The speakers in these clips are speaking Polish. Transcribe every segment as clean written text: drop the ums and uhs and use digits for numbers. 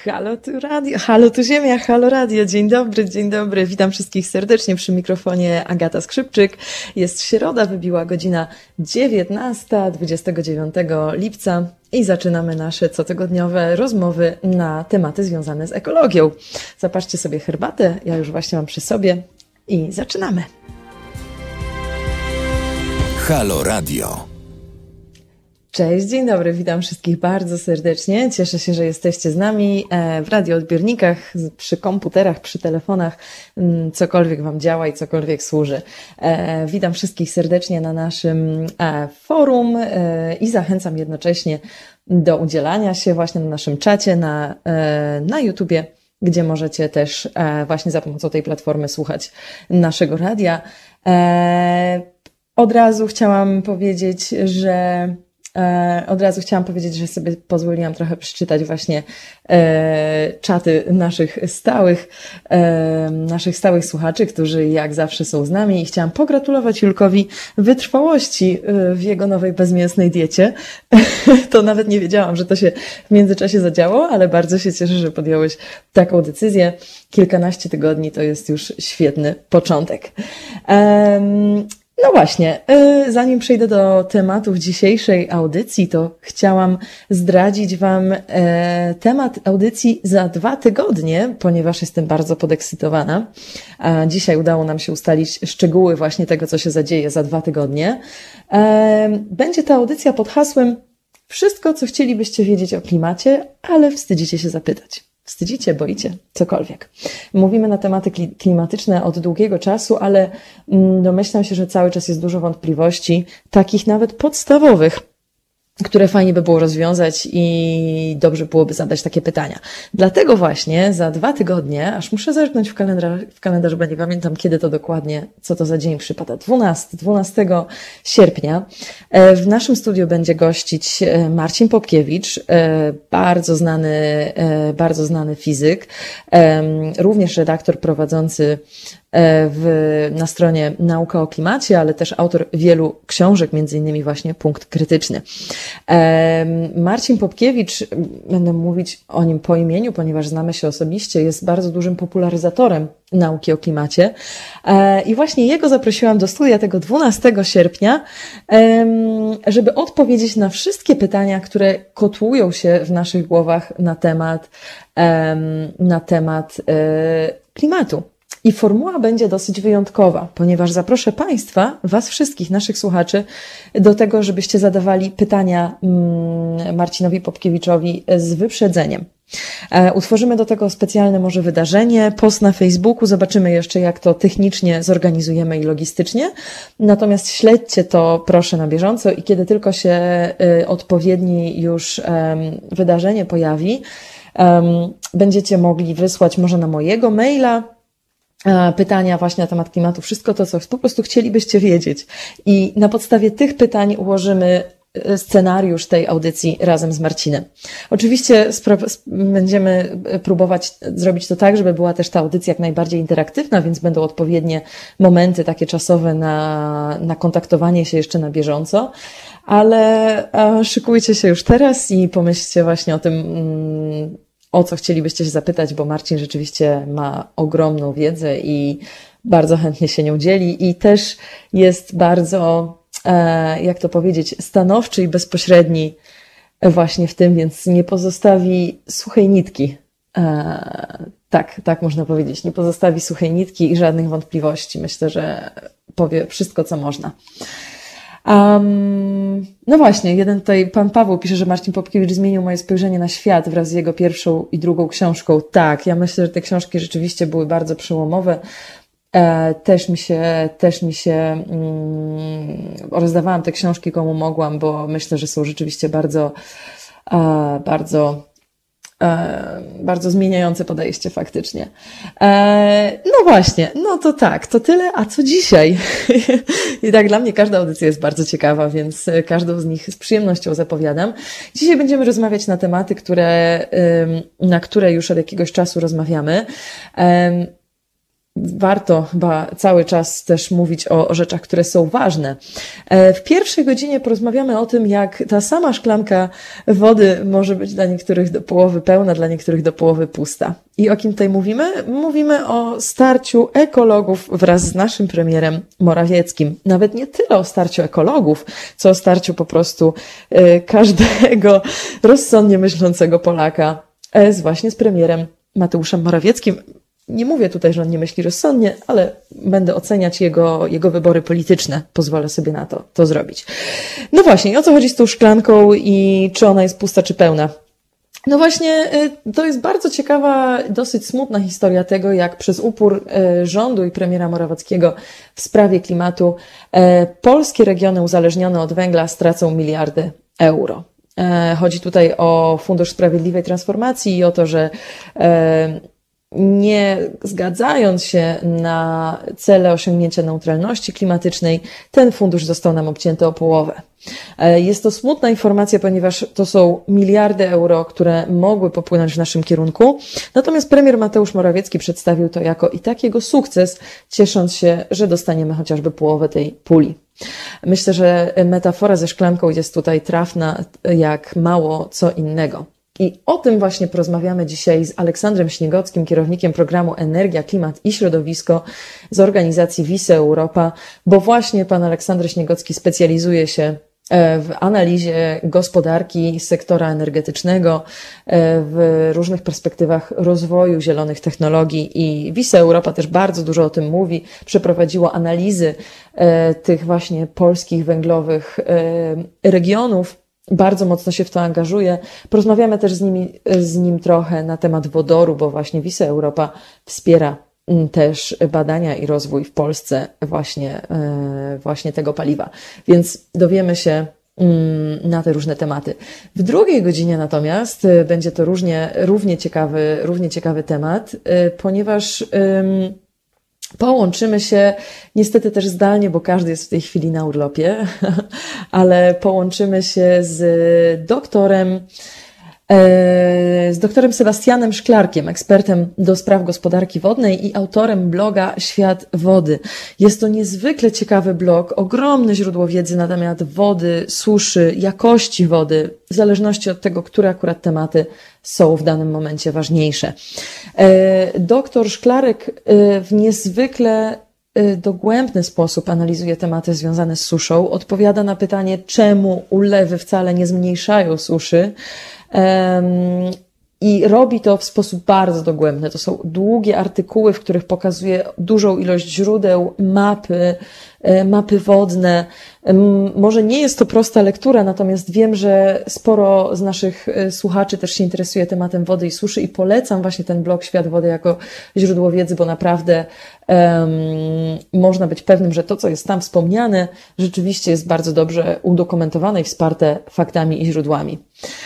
Halo tu radio, halo tu ziemia, halo radio, dzień dobry, witam wszystkich serdecznie przy mikrofonie Agata Skrzypczyk. Jest środa, wybiła godzina 19, 29 lipca i zaczynamy nasze cotygodniowe rozmowy na tematy związane z ekologią. Zapatrzcie sobie herbatę, ja już właśnie mam przy sobie i zaczynamy. Halo Radio. Cześć, dzień dobry, witam wszystkich bardzo serdecznie. Cieszę się, że jesteście z nami w radioodbiornikach, przy komputerach, przy telefonach, cokolwiek Wam działa i cokolwiek służy. Witam wszystkich serdecznie na naszym forum i zachęcam jednocześnie do udzielania się właśnie na naszym czacie na YouTubie, gdzie możecie też właśnie za pomocą tej platformy słuchać naszego radia. Od razu chciałam powiedzieć, że sobie pozwoliłam trochę przeczytać właśnie czaty naszych stałych słuchaczy, którzy jak zawsze są z nami i chciałam pogratulować Julkowi wytrwałości w jego nowej bezmięsnej diecie. To nawet nie wiedziałam, że to się w międzyczasie zadziało, ale bardzo się cieszę, że podjąłeś taką decyzję. Kilkanaście tygodni to jest już świetny początek. No właśnie, zanim przejdę do tematów dzisiejszej audycji, to chciałam zdradzić Wam temat audycji za 2 tygodnie, ponieważ jestem bardzo podekscytowana. Dzisiaj udało nam się ustalić szczegóły właśnie tego, co się zadzieje za 2 tygodnie. Będzie ta audycja pod hasłem wszystko, co chcielibyście wiedzieć o klimacie, ale wstydzicie się zapytać. Wstydzicie, boicie, cokolwiek. Mówimy na tematy klimatyczne od długiego czasu, ale domyślam się, że cały czas jest dużo wątpliwości, takich nawet podstawowych, które fajnie by było rozwiązać i dobrze byłoby zadać takie pytania. Dlatego właśnie za 2 tygodnie, aż muszę zerknąć w kalendarz, bo nie pamiętam kiedy to dokładnie, co to za dzień przypada, 12 sierpnia, w naszym studiu będzie gościć Marcin Popkiewicz, bardzo znany fizyk, również redaktor prowadzący na stronie Nauka o klimacie, ale też autor wielu książek, między innymi właśnie Punkt Krytyczny. Marcin Popkiewicz, będę mówić o nim po imieniu, ponieważ znamy się osobiście, jest bardzo dużym popularyzatorem nauki o klimacie i właśnie jego zaprosiłam do studia tego 12 sierpnia, żeby odpowiedzieć na wszystkie pytania, które kotłują się w naszych głowach na temat klimatu. I formuła będzie dosyć wyjątkowa, ponieważ zaproszę Państwa, Was wszystkich, naszych słuchaczy, do tego, żebyście zadawali pytania Marcinowi Popkiewiczowi z wyprzedzeniem. Utworzymy do tego specjalne może wydarzenie, post na Facebooku, zobaczymy jeszcze jak to technicznie zorganizujemy i logistycznie. Natomiast śledźcie to proszę na bieżąco i kiedy tylko się odpowiedni już wydarzenie pojawi, będziecie mogli wysłać może na mojego maila pytania właśnie na temat klimatu, wszystko to, co po prostu chcielibyście wiedzieć. I na podstawie tych pytań ułożymy scenariusz tej audycji razem z Marcinem. Oczywiście będziemy próbować zrobić to tak, żeby była też ta audycja jak najbardziej interaktywna, więc będą odpowiednie momenty takie czasowe na kontaktowanie się jeszcze na bieżąco, ale szykujcie się już teraz i pomyślcie właśnie o tym, o co chcielibyście się zapytać, bo Marcin rzeczywiście ma ogromną wiedzę i bardzo chętnie się nią dzieli i też jest bardzo, jak to powiedzieć, stanowczy i bezpośredni właśnie w tym, więc nie pozostawi suchej nitki. Tak można powiedzieć. Nie pozostawi suchej nitki i żadnych wątpliwości. Myślę, że powie wszystko, co można. No właśnie, jeden tutaj, pan Paweł pisze, że Marcin Popkiewicz zmienił moje spojrzenie na świat wraz z jego pierwszą i drugą książką. Tak, ja myślę, że te książki rzeczywiście były bardzo przełomowe. Też mi się rozdawałam te książki komu mogłam, bo myślę, że są rzeczywiście bardzo zmieniające podejście faktycznie. No właśnie, no to tak, to tyle, a co dzisiaj? I tak dla mnie każda audycja jest bardzo ciekawa, więc każdą z nich z przyjemnością zapowiadam. Dzisiaj będziemy rozmawiać na tematy, na które już od jakiegoś czasu rozmawiamy. warto chyba cały czas też mówić o rzeczach, które są ważne. W pierwszej godzinie porozmawiamy o tym, jak ta sama szklanka wody może być dla niektórych do połowy pełna, dla niektórych do połowy pusta. I o kim tutaj mówimy? Mówimy o starciu ekologów wraz z naszym premierem Morawieckim. Nawet nie tyle o starciu ekologów, co o starciu po prostu każdego rozsądnie myślącego Polaka właśnie z premierem Mateuszem Morawieckim. Nie mówię tutaj, że on nie myśli rozsądnie, ale będę oceniać jego wybory polityczne. Pozwolę sobie na to zrobić. No właśnie, o co chodzi z tą szklanką i czy ona jest pusta, czy pełna? No właśnie, to jest bardzo ciekawa, dosyć smutna historia tego, jak przez upór rządu i premiera Morawieckiego w sprawie klimatu polskie regiony uzależnione od węgla stracą miliardy euro. Chodzi tutaj o Fundusz Sprawiedliwej Transformacji i o to, że nie zgadzając się na cele osiągnięcia neutralności klimatycznej, ten fundusz został nam obcięty o połowę. Jest to smutna informacja, ponieważ to są miliardy euro, które mogły popłynąć w naszym kierunku. Natomiast premier Mateusz Morawiecki przedstawił to jako i tak jego sukces, ciesząc się, że dostaniemy chociażby połowę tej puli. Myślę, że metafora ze szklanką jest tutaj trafna jak mało co innego. I o tym właśnie porozmawiamy dzisiaj z Aleksandrem Śniegockim, kierownikiem programu Energia, Klimat i Środowisko z organizacji WISE Europa, bo właśnie pan Aleksander Śniegocki specjalizuje się w analizie gospodarki sektora energetycznego, w różnych perspektywach rozwoju zielonych technologii i WISE Europa też bardzo dużo o tym mówi. Przeprowadziło analizy tych właśnie polskich węglowych regionów. Bardzo mocno się w to angażuje. Porozmawiamy też z nim trochę na temat wodoru, bo właśnie WISE Europa wspiera też badania i rozwój w Polsce właśnie tego paliwa. Więc dowiemy się na te różne tematy. W drugiej godzinie natomiast będzie to równie ciekawy temat, ponieważ połączymy się, niestety też zdalnie, bo każdy jest w tej chwili na urlopie, ale połączymy się z doktorem Sebastianem Szklarkiem, ekspertem do spraw gospodarki wodnej i autorem bloga Świat Wody. Jest to niezwykle ciekawy blog, ogromne źródło wiedzy na temat wody, suszy, jakości wody, w zależności od tego, które akurat tematy są w danym momencie ważniejsze. Doktor Szklarek w niezwykle dogłębny sposób analizuje tematy związane z suszą, odpowiada na pytanie, czemu ulewy wcale nie zmniejszają suszy, i robi to w sposób bardzo dogłębny. To są długie artykuły, w których pokazuje dużą ilość źródeł, mapy wodne. Może nie jest to prosta lektura, natomiast wiem, że sporo z naszych słuchaczy też się interesuje tematem wody i suszy i polecam właśnie ten blog Świat Wody jako źródło wiedzy, bo naprawdę można być pewnym, że to, co jest tam wspomniane, rzeczywiście jest bardzo dobrze udokumentowane i wsparte faktami i źródłami.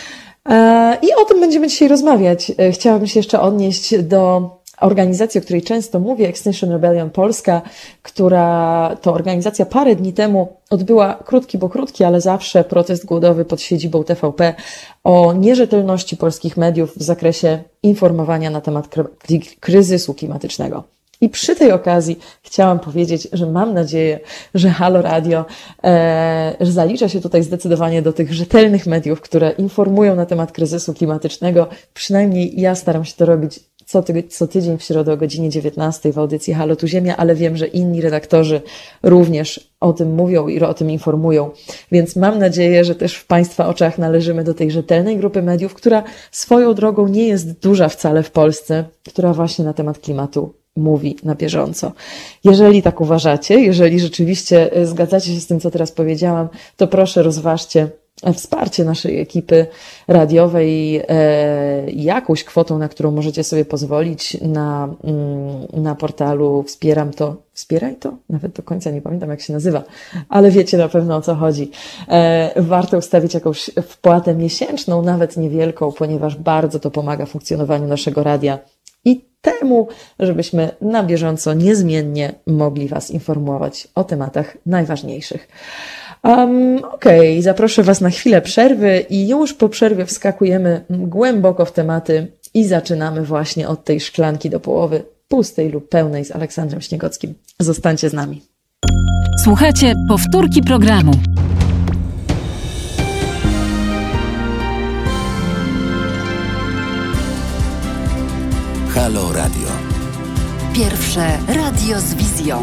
I o tym będziemy dzisiaj rozmawiać. Chciałabym się jeszcze odnieść do organizacji, o której często mówię, Extinction Rebellion Polska, która to organizacja parę dni temu odbyła krótki, ale zawsze protest głodowy pod siedzibą TVP o nierzetelności polskich mediów w zakresie informowania na temat kryzysu klimatycznego. I przy tej okazji chciałam powiedzieć, że mam nadzieję, że Halo Radio zalicza się tutaj zdecydowanie do tych rzetelnych mediów, które informują na temat kryzysu klimatycznego. Przynajmniej ja staram się to robić co tydzień w środę o godzinie 19 w audycji Halo tu Ziemia, ale wiem, że inni redaktorzy również o tym mówią i o tym informują. Więc mam nadzieję, że też w Państwa oczach należymy do tej rzetelnej grupy mediów, która swoją drogą nie jest duża wcale w Polsce, która właśnie na temat klimatu mówi na bieżąco. Jeżeli tak uważacie, jeżeli rzeczywiście zgadzacie się z tym, co teraz powiedziałam, to proszę rozważcie wsparcie naszej ekipy radiowej jakąś kwotą, na którą możecie sobie pozwolić na portalu Wspieraj to? Nawet do końca nie pamiętam, jak się nazywa, ale wiecie na pewno, o co chodzi. Warto ustawić jakąś wpłatę miesięczną, nawet niewielką, ponieważ bardzo to pomaga funkcjonowaniu naszego radia i temu, żebyśmy na bieżąco, niezmiennie mogli Was informować o tematach najważniejszych. Okej, zaproszę Was na chwilę przerwy i już po przerwie wskakujemy głęboko w tematy i zaczynamy właśnie od tej szklanki do połowy pustej lub pełnej z Aleksandrem Śniegockim. Zostańcie z nami. Słuchajcie powtórki programu. Halo Radio. Pierwsze radio z wizją.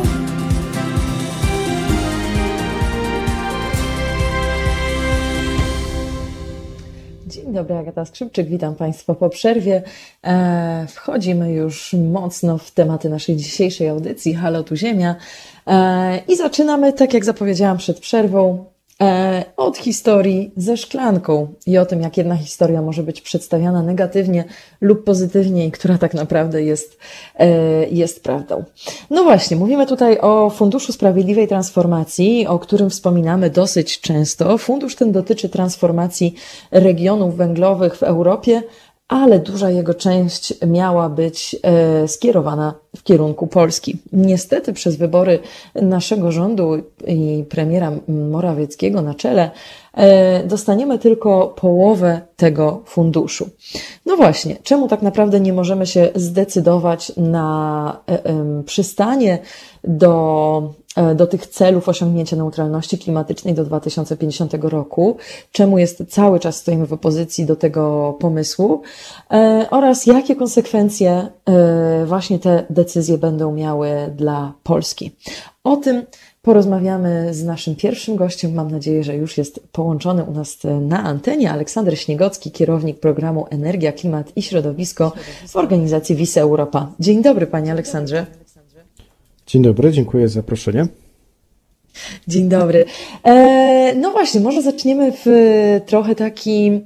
Dzień dobry, Agata Skrzypczyk, witam Państwa po przerwie. Wchodzimy już mocno w tematy naszej dzisiejszej audycji Halo tu Ziemia i zaczynamy, tak jak zapowiedziałam przed przerwą, od historii ze szklanką i o tym, jak jedna historia może być przedstawiana negatywnie lub pozytywnie i która tak naprawdę jest prawdą. No właśnie, mówimy tutaj o Funduszu Sprawiedliwej Transformacji, o którym wspominamy dosyć często. Fundusz ten dotyczy transformacji regionów węglowych w Europie, ale duża jego część miała być skierowana w kierunku Polski. Niestety przez wybory naszego rządu i premiera Morawieckiego na czele dostaniemy tylko połowę tego funduszu. No właśnie, czemu tak naprawdę nie możemy się zdecydować na przystanie do tych celów osiągnięcia neutralności klimatycznej do 2050 roku, czemu cały czas stoimy w opozycji do tego pomysłu oraz jakie konsekwencje właśnie te decyzje będą miały dla Polski. O tym porozmawiamy z naszym pierwszym gościem. Mam nadzieję, że już jest połączony u nas na antenie. Aleksander Śniegocki, kierownik programu Energia, Klimat i Środowisko w organizacji WISE Europa. Dzień dobry, panie Aleksandrze. Dzień dobry, dziękuję za zaproszenie. Dzień dobry. No właśnie, może zaczniemy w trochę taki,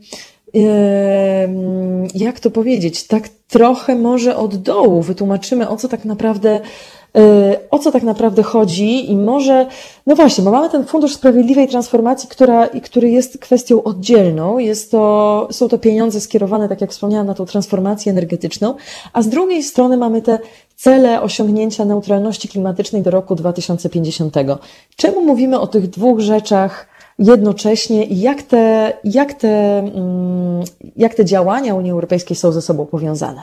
jak to powiedzieć, tak trochę może od dołu wytłumaczymy, o co tak naprawdę chodzi i może, no właśnie, bo mamy ten Fundusz Sprawiedliwej Transformacji, który jest kwestią oddzielną. Są to pieniądze skierowane, tak jak wspomniałam, na tą transformację energetyczną, a z drugiej strony mamy te cele osiągnięcia neutralności klimatycznej do roku 2050. Czemu mówimy o tych dwóch rzeczach jednocześnie i jak te działania Unii Europejskiej są ze sobą powiązane?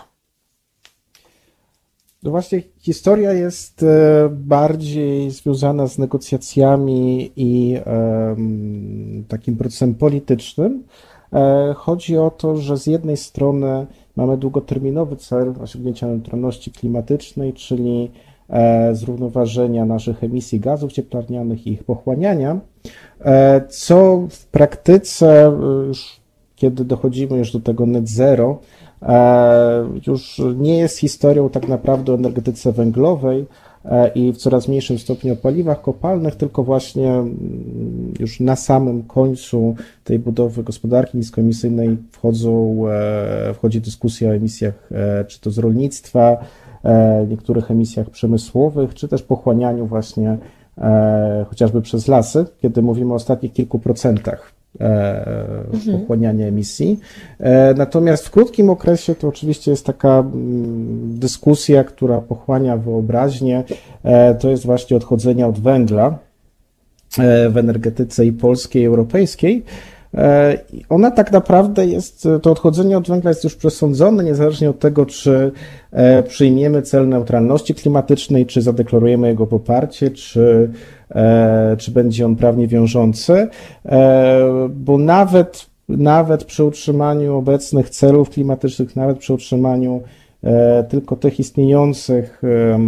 No właśnie, historia jest bardziej związana z negocjacjami i takim procesem politycznym. Chodzi o to, że z jednej strony mamy długoterminowy cel osiągnięcia neutralności klimatycznej, czyli zrównoważenia naszych emisji gazów cieplarnianych i ich pochłaniania, co w praktyce, już kiedy dochodzimy już do tego net zero, już nie jest historią tak naprawdę o energetyce węglowej i w coraz mniejszym stopniu o paliwach kopalnych, tylko właśnie już na samym końcu tej budowy gospodarki niskoemisyjnej wchodzi dyskusja o emisjach czy to z rolnictwa, niektórych emisjach przemysłowych, czy też pochłanianiu właśnie chociażby przez lasy, kiedy mówimy o ostatnich kilku procentach pochłaniania emisji. Natomiast w krótkim okresie to oczywiście jest taka dyskusja, która pochłania wyobraźnię, to jest właśnie odchodzenie od węgla w energetyce i polskiej, i europejskiej. Ona tak naprawdę to odchodzenie od węgla jest już przesądzone, niezależnie od tego, czy przyjmiemy cel neutralności klimatycznej, czy zadeklarujemy jego poparcie, czy będzie on prawnie wiążący, bo nawet przy utrzymaniu obecnych celów klimatycznych, nawet przy utrzymaniu tylko tych istniejących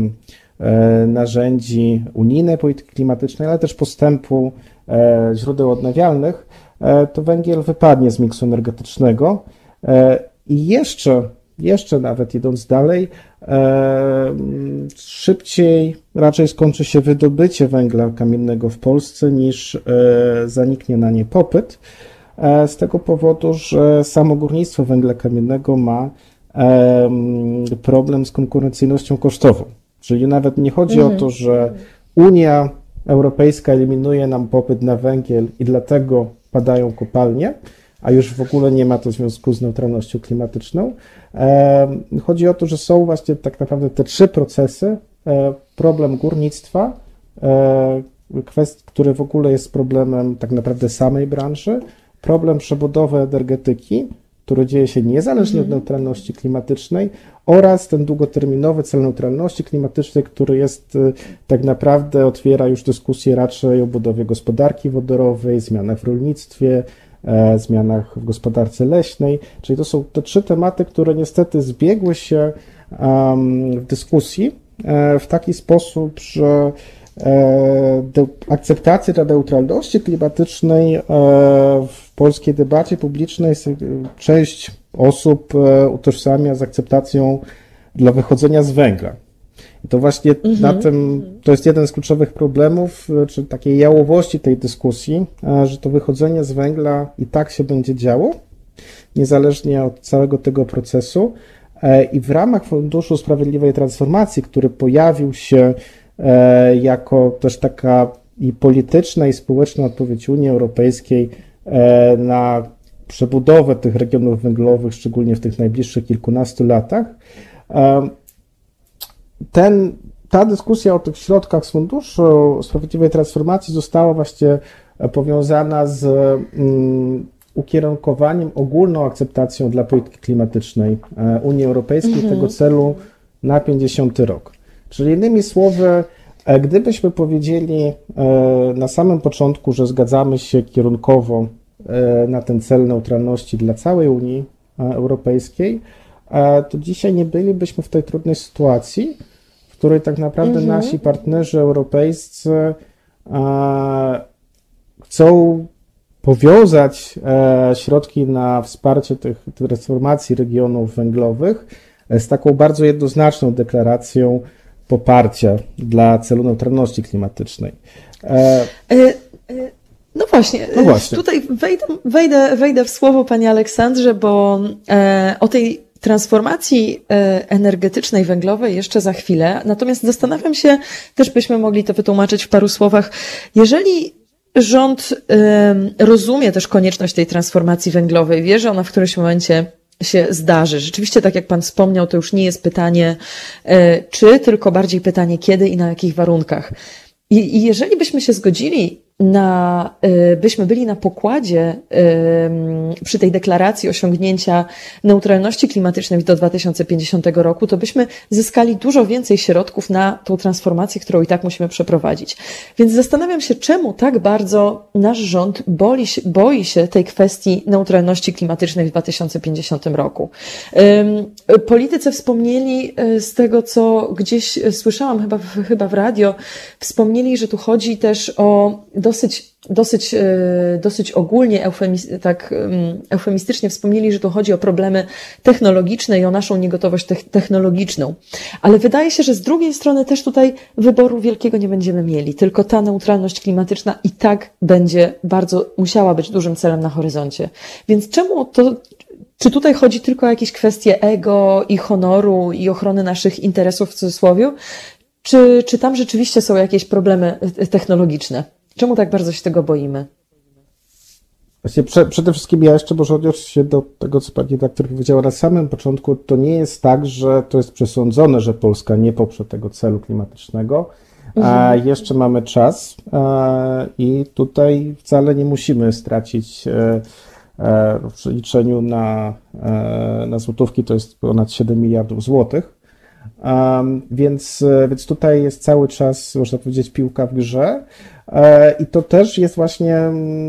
narzędzi unijnej polityki klimatycznej, ale też postępu źródeł odnawialnych, to węgiel wypadnie z miksu energetycznego i jeszcze nawet idąc dalej, szybciej raczej skończy się wydobycie węgla kamiennego w Polsce niż zaniknie na nie popyt, z tego powodu, że samo górnictwo węgla kamiennego ma problem z konkurencyjnością kosztową. Czyli nawet nie chodzi o to, że Unia Europejska eliminuje nam popyt na węgiel i dlatego padają kopalnie, a już w ogóle nie ma to związku z neutralnością klimatyczną. Chodzi o to, że są właśnie tak naprawdę te trzy procesy. Problem górnictwa, który w ogóle jest problemem tak naprawdę samej branży, problem przebudowy energetyki, który dzieje się niezależnie od neutralności klimatycznej, oraz ten długoterminowy cel neutralności klimatycznej, który jest tak naprawdę otwiera już dyskusję raczej o budowie gospodarki wodorowej, zmianach w rolnictwie, zmianach w gospodarce leśnej. Czyli to są te trzy tematy, które niestety zbiegły się w dyskusji w taki sposób, że akceptacja dla neutralności klimatycznej w polskiej debacie publicznej część osób utożsamia z akceptacją dla wychodzenia z węgla. I to właśnie na tym, to jest jeden z kluczowych problemów, czy takiej jałowości tej dyskusji, że to wychodzenie z węgla i tak się będzie działo, niezależnie od całego tego procesu. I w ramach Funduszu Sprawiedliwej Transformacji, który pojawił się jako też taka i polityczna, i społeczna odpowiedź Unii Europejskiej na przebudowę tych regionów węglowych, szczególnie w tych najbliższych kilkunastu latach. Ta dyskusja o tych środkach z Funduszu Sprawiedliwej Transformacji została właśnie powiązana z ukierunkowaniem, ogólną akceptacją dla polityki klimatycznej Unii Europejskiej tego celu na 50 rok. Czyli innymi słowy, gdybyśmy powiedzieli na samym początku, że zgadzamy się kierunkowo na ten cel neutralności dla całej Unii Europejskiej, to dzisiaj nie bylibyśmy w tej trudnej sytuacji, w której tak naprawdę nasi partnerzy europejscy chcą powiązać środki na wsparcie tych transformacji regionów węglowych z taką bardzo jednoznaczną deklaracją poparcia dla celu neutralności klimatycznej. No właśnie. Tutaj wejdę w słowo, panie Aleksandrze, bo o tej transformacji energetycznej węglowej jeszcze za chwilę. Natomiast zastanawiam się, też byśmy mogli to wytłumaczyć w paru słowach. Jeżeli rząd rozumie też konieczność tej transformacji węglowej, wie, że ona w którymś momencie się zdarzy. Rzeczywiście, tak jak pan wspomniał, to już nie jest pytanie czy, tylko bardziej pytanie kiedy i na jakich warunkach. I jeżeli byśmy się zgodzili byśmy byli na pokładzie przy tej deklaracji osiągnięcia neutralności klimatycznej do 2050 roku, to byśmy zyskali dużo więcej środków na tą transformację, którą i tak musimy przeprowadzić. Więc zastanawiam się, czemu tak bardzo nasz rząd boi się tej kwestii neutralności klimatycznej w 2050 roku. Politycy wspomnieli z tego, co gdzieś słyszałam chyba w radio, wspomnieli, że tu chodzi też o dosyć ogólnie, eufemistycznie wspomnieli, że tu chodzi o problemy technologiczne i o naszą niegotowość technologiczną. Ale wydaje się, że z drugiej strony też tutaj wyboru wielkiego nie będziemy mieli, tylko ta neutralność klimatyczna i tak będzie musiała być dużym celem na horyzoncie. Więc czy tutaj chodzi tylko o jakieś kwestie ego i honoru i ochrony naszych interesów w cudzysłowie? Czy tam rzeczywiście są jakieś problemy technologiczne? Czemu tak bardzo się tego boimy? Właśnie przede wszystkim ja jeszcze może odniosę się do tego, co pani redaktor powiedziała na samym początku. To nie jest tak, że to jest przesądzone, że Polska nie poprze tego celu klimatycznego. A jeszcze mamy czas i tutaj wcale nie musimy stracić w przeliczeniu na złotówki, to jest ponad 7 miliardów złotych. Więc tutaj jest cały czas, można powiedzieć, piłka w grze i to też jest właśnie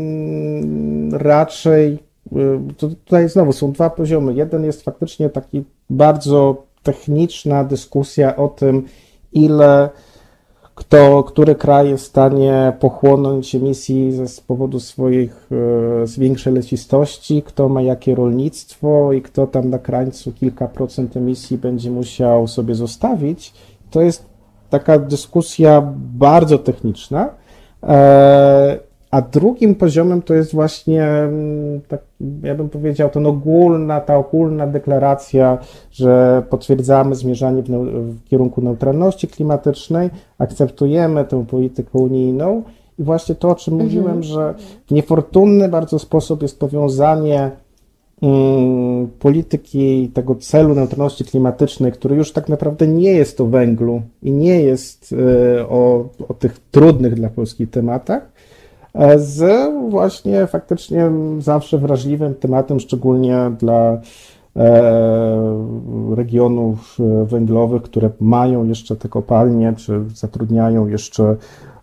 raczej, tutaj znowu są dwa poziomy. Jeden jest faktycznie taki bardzo techniczna dyskusja o tym, który kraj jest w stanie pochłonąć emisji z powodu swoich większej lecistości, kto ma jakie rolnictwo i kto tam na krańcu kilka procent emisji będzie musiał sobie zostawić. To jest taka dyskusja bardzo techniczna. A drugim poziomem to jest właśnie, tak, ja bym powiedział, ta ogólna deklaracja, że potwierdzamy zmierzanie w kierunku neutralności klimatycznej, akceptujemy tę politykę unijną i właśnie to, o czym mówiłem, że w niefortunny bardzo sposób jest powiązanie polityki tego celu neutralności klimatycznej, który już tak naprawdę nie jest o węglu i nie jest o tych trudnych dla Polski tematach, z właśnie faktycznie zawsze wrażliwym tematem, szczególnie dla regionów węglowych, które mają jeszcze te kopalnie, czy zatrudniają jeszcze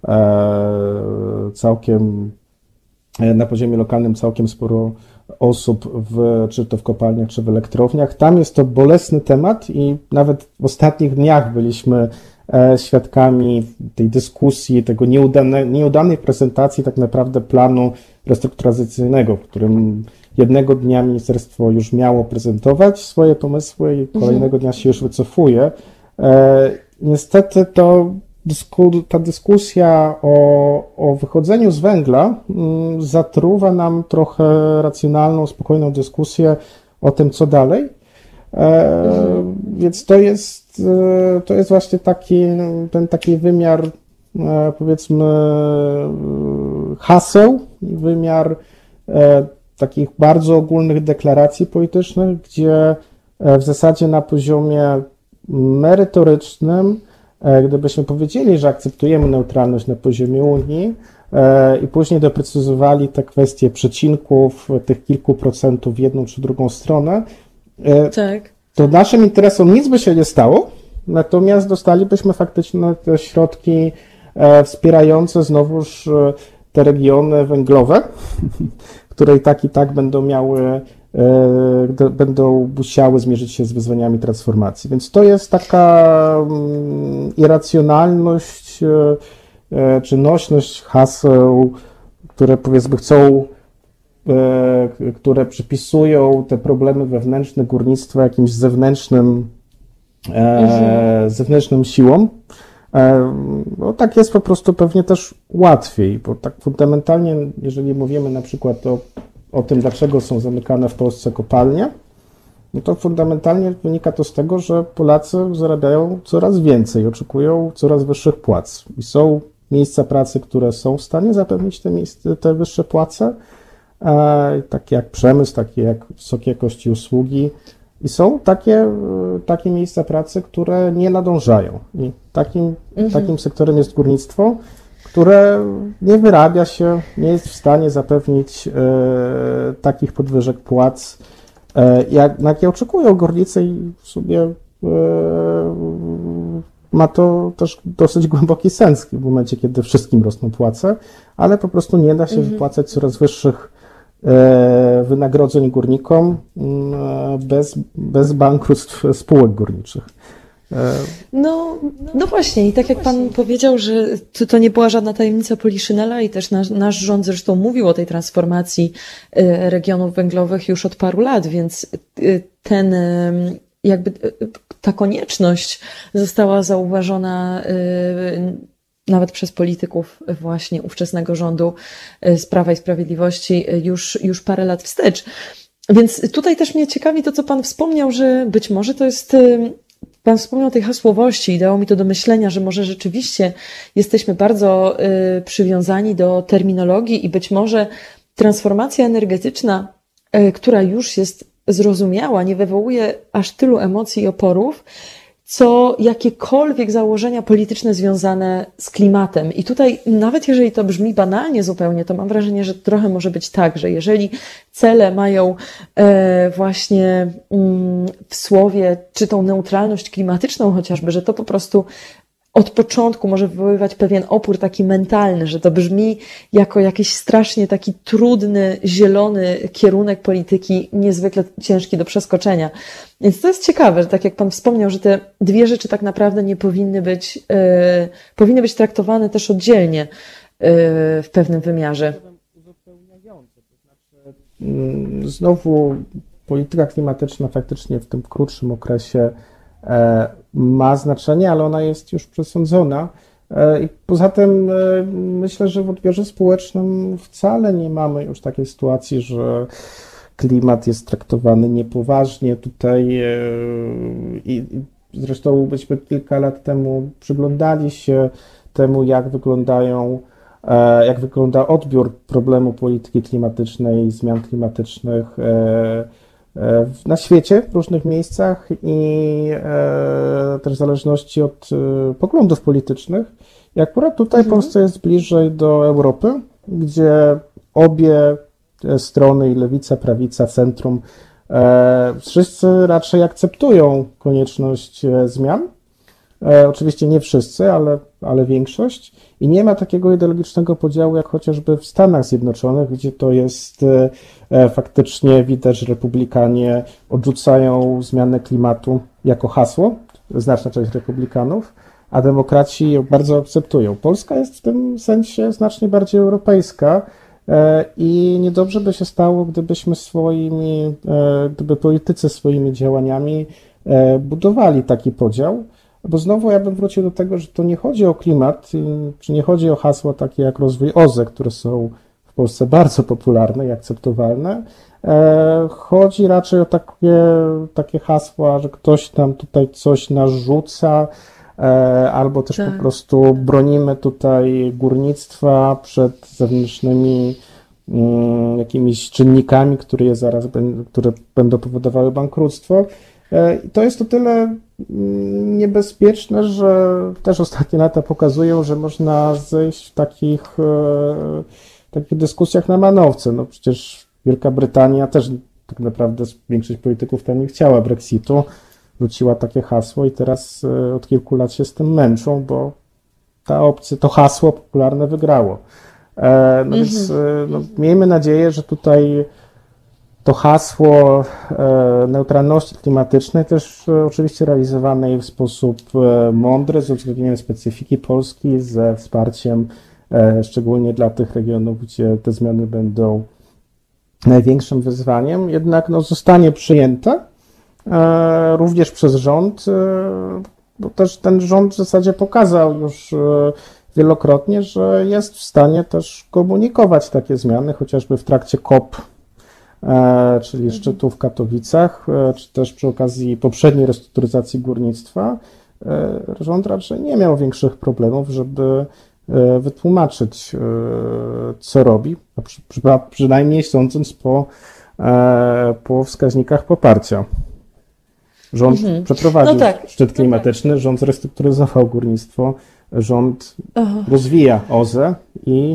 całkiem na poziomie lokalnym całkiem sporo osób, czy to w kopalniach, czy w elektrowniach. Tam jest to bolesny temat i nawet w ostatnich dniach byliśmy świadkami tej dyskusji, tego nieudanej prezentacji tak naprawdę planu restrukturyzacyjnego, w którym jednego dnia ministerstwo już miało prezentować swoje pomysły i kolejnego dnia się już wycofuje. Niestety ta dyskusja o wychodzeniu z węgla zatruwa nam trochę racjonalną, spokojną dyskusję o tym, co dalej. Więc to jest właśnie taki wymiar, powiedzmy, haseł, wymiar takich bardzo ogólnych deklaracji politycznych, gdzie w zasadzie na poziomie merytorycznym, gdybyśmy powiedzieli, że akceptujemy neutralność na poziomie Unii i później doprecyzowali te kwestie przecinków, tych kilku procentów w jedną czy drugą stronę, tak, to naszym interesom nic by się nie stało, natomiast dostalibyśmy faktycznie te środki wspierające znowuż te regiony węglowe, które i tak będą musiały zmierzyć się z wyzwaniami transformacji. Więc to jest taka irracjonalność czy nośność haseł, które powiedzmy które przypisują te problemy wewnętrzne górnictwa jakimś zewnętrznym siłom. No, tak jest po prostu pewnie też łatwiej, bo tak fundamentalnie, jeżeli mówimy na przykład o tym, dlaczego są zamykane w Polsce kopalnie, no to fundamentalnie wynika to z tego, że Polacy zarabiają coraz więcej, oczekują coraz wyższych płac i są miejsca pracy, które są w stanie zapewnić te wyższe płace, takie jak przemysł, takie jak wysokiej jakości usługi i są takie miejsca pracy, które nie nadążają i takim sektorem jest górnictwo, które nie wyrabia się, nie jest w stanie zapewnić takich podwyżek płac, na jakie oczekują górnicy i w sumie ma to też dosyć głęboki sens w momencie, kiedy wszystkim rosną płace, ale po prostu nie da się wypłacać coraz wyższych wynagrodzeń górnikom bez bankructw spółek górniczych. No właśnie, i tak jak Pan powiedział, że to nie była żadna tajemnica Poliszynela i też nasz rząd zresztą mówił o tej transformacji regionów węglowych już od paru lat, więc ta konieczność została zauważona nawet przez polityków właśnie ówczesnego rządu z Prawa i Sprawiedliwości już parę lat wstecz. Więc tutaj też mnie ciekawi to, co Pan wspomniał, że być może to jest... Pan wspomniał o tej hasłowości i dało mi to do myślenia, że może rzeczywiście jesteśmy bardzo przywiązani do terminologii i być może transformacja energetyczna, która już jest zrozumiała, nie wywołuje aż tylu emocji i oporów, co jakiekolwiek założenia polityczne związane z klimatem. I tutaj, nawet jeżeli to brzmi banalnie zupełnie, to mam wrażenie, że trochę może być tak, że jeżeli cele mają właśnie w słowie, czy tą neutralność klimatyczną chociażby, że to po prostu od początku może wywoływać pewien opór taki mentalny, że to brzmi jako jakiś strasznie taki trudny, zielony kierunek polityki, niezwykle ciężki do przeskoczenia. Więc to jest ciekawe, że tak jak Pan wspomniał, że te dwie rzeczy tak naprawdę nie powinny być traktowane też oddzielnie w pewnym wymiarze. Znowu polityka klimatyczna faktycznie w tym krótszym okresie ma znaczenie, ale ona jest już przesądzona. I poza tym myślę, że w odbiorze społecznym wcale nie mamy już takiej sytuacji, że klimat jest traktowany niepoważnie. Tutaj i zresztą byśmy kilka lat temu przyglądali się temu, jak wygląda odbiór problemu polityki klimatycznej, zmian klimatycznych na świecie, w różnych miejscach i też w zależności od poglądów politycznych. I akurat tutaj Polsce jest bliżej do Europy, gdzie obie strony, i lewica, prawica, centrum, wszyscy raczej akceptują konieczność zmian. Oczywiście nie wszyscy, ale większość. I nie ma takiego ideologicznego podziału, jak chociażby w Stanach Zjednoczonych, gdzie to jest faktycznie widać, że republikanie odrzucają zmianę klimatu jako hasło, znaczna część republikanów, a demokraci ją bardzo akceptują. Polska jest w tym sensie znacznie bardziej europejska i niedobrze by się stało, gdyby politycy swoimi działaniami budowali taki podział. Bo znowu ja bym wrócił do tego, że to nie chodzi o klimat, czy nie chodzi o hasła takie jak rozwój OZE, które są w Polsce bardzo popularne i akceptowalne. Chodzi raczej o takie hasła, że ktoś tam tutaj coś narzuca, albo też po prostu bronimy tutaj górnictwa przed zewnętrznymi jakimiś czynnikami, które będą powodowały bankructwo. To jest o tyle niebezpieczne, że też ostatnie lata pokazują, że można zejść w takich dyskusjach na manowce. No przecież Wielka Brytania też tak naprawdę większość polityków tam nie chciała Brexitu, rzuciła takie hasło i teraz od kilku lat się z tym męczą, bo ta opcja, to hasło popularne wygrało. Więc miejmy nadzieję, że tutaj to hasło neutralności klimatycznej też oczywiście realizowanej w sposób mądry, z uwzględnieniem specyfiki Polski, ze wsparciem szczególnie dla tych regionów, gdzie te zmiany będą największym wyzwaniem, jednak zostanie przyjęta również przez rząd, bo też ten rząd w zasadzie pokazał już wielokrotnie, że jest w stanie też komunikować takie zmiany, chociażby w trakcie COP, czyli szczytu w Katowicach, czy też przy okazji poprzedniej restrukturyzacji górnictwa, rząd raczej nie miał większych problemów, żeby wytłumaczyć, co robi, przynajmniej sądząc po wskaźnikach poparcia. Rząd przeprowadził szczyt klimatyczny, rząd zrestrukturyzował górnictwo, rząd rozwija OZE i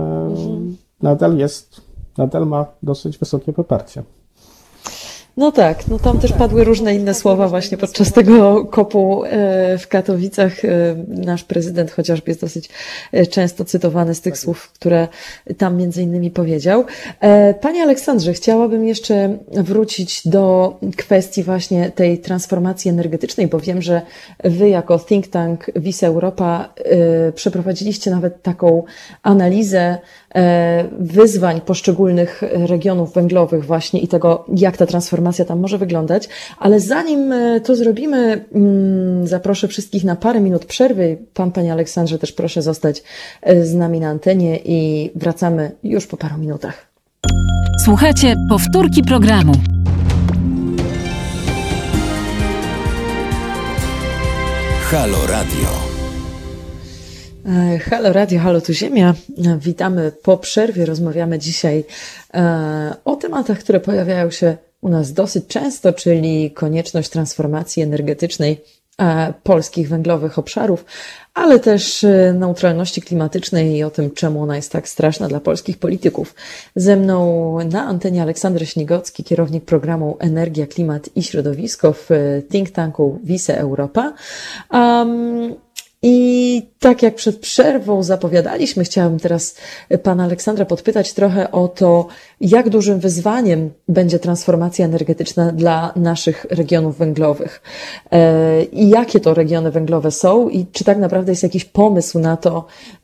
nadal ma dosyć wysokie poparcie. No tak, tam też padły różne inne słowa właśnie podczas tego COP-u w Katowicach. Nasz prezydent chociażby jest dosyć często cytowany z tych słów, które tam między innymi powiedział. Panie Aleksandrze, chciałabym jeszcze wrócić do kwestii właśnie tej transformacji energetycznej, bo wiem, że Wy jako think tank WISE Europa przeprowadziliście nawet taką analizę wyzwań poszczególnych regionów węglowych właśnie i tego, jak ta transformacja tam może wyglądać. Ale zanim to zrobimy, zaproszę wszystkich na parę minut przerwy. Panie Aleksandrze, też proszę zostać z nami na antenie i wracamy już po paru minutach. Słuchajcie, powtórki programu. Halo Radio. Halo Radio, halo tu Ziemia. Witamy po przerwie. Rozmawiamy dzisiaj o tematach, które pojawiają się u nas dosyć często, czyli konieczność transformacji energetycznej polskich węglowych obszarów, ale też neutralności klimatycznej i o tym, czemu ona jest tak straszna dla polskich polityków. Ze mną na antenie Aleksander Śnigocki, kierownik programu Energia, Klimat i Środowisko w think tanku WISE Europa. I tak jak przed przerwą zapowiadaliśmy, chciałabym teraz pana Aleksandra podpytać trochę o to, jak dużym wyzwaniem będzie transformacja energetyczna dla naszych regionów węglowych. I jakie to regiony węglowe są i czy tak naprawdę jest jakiś pomysł na to,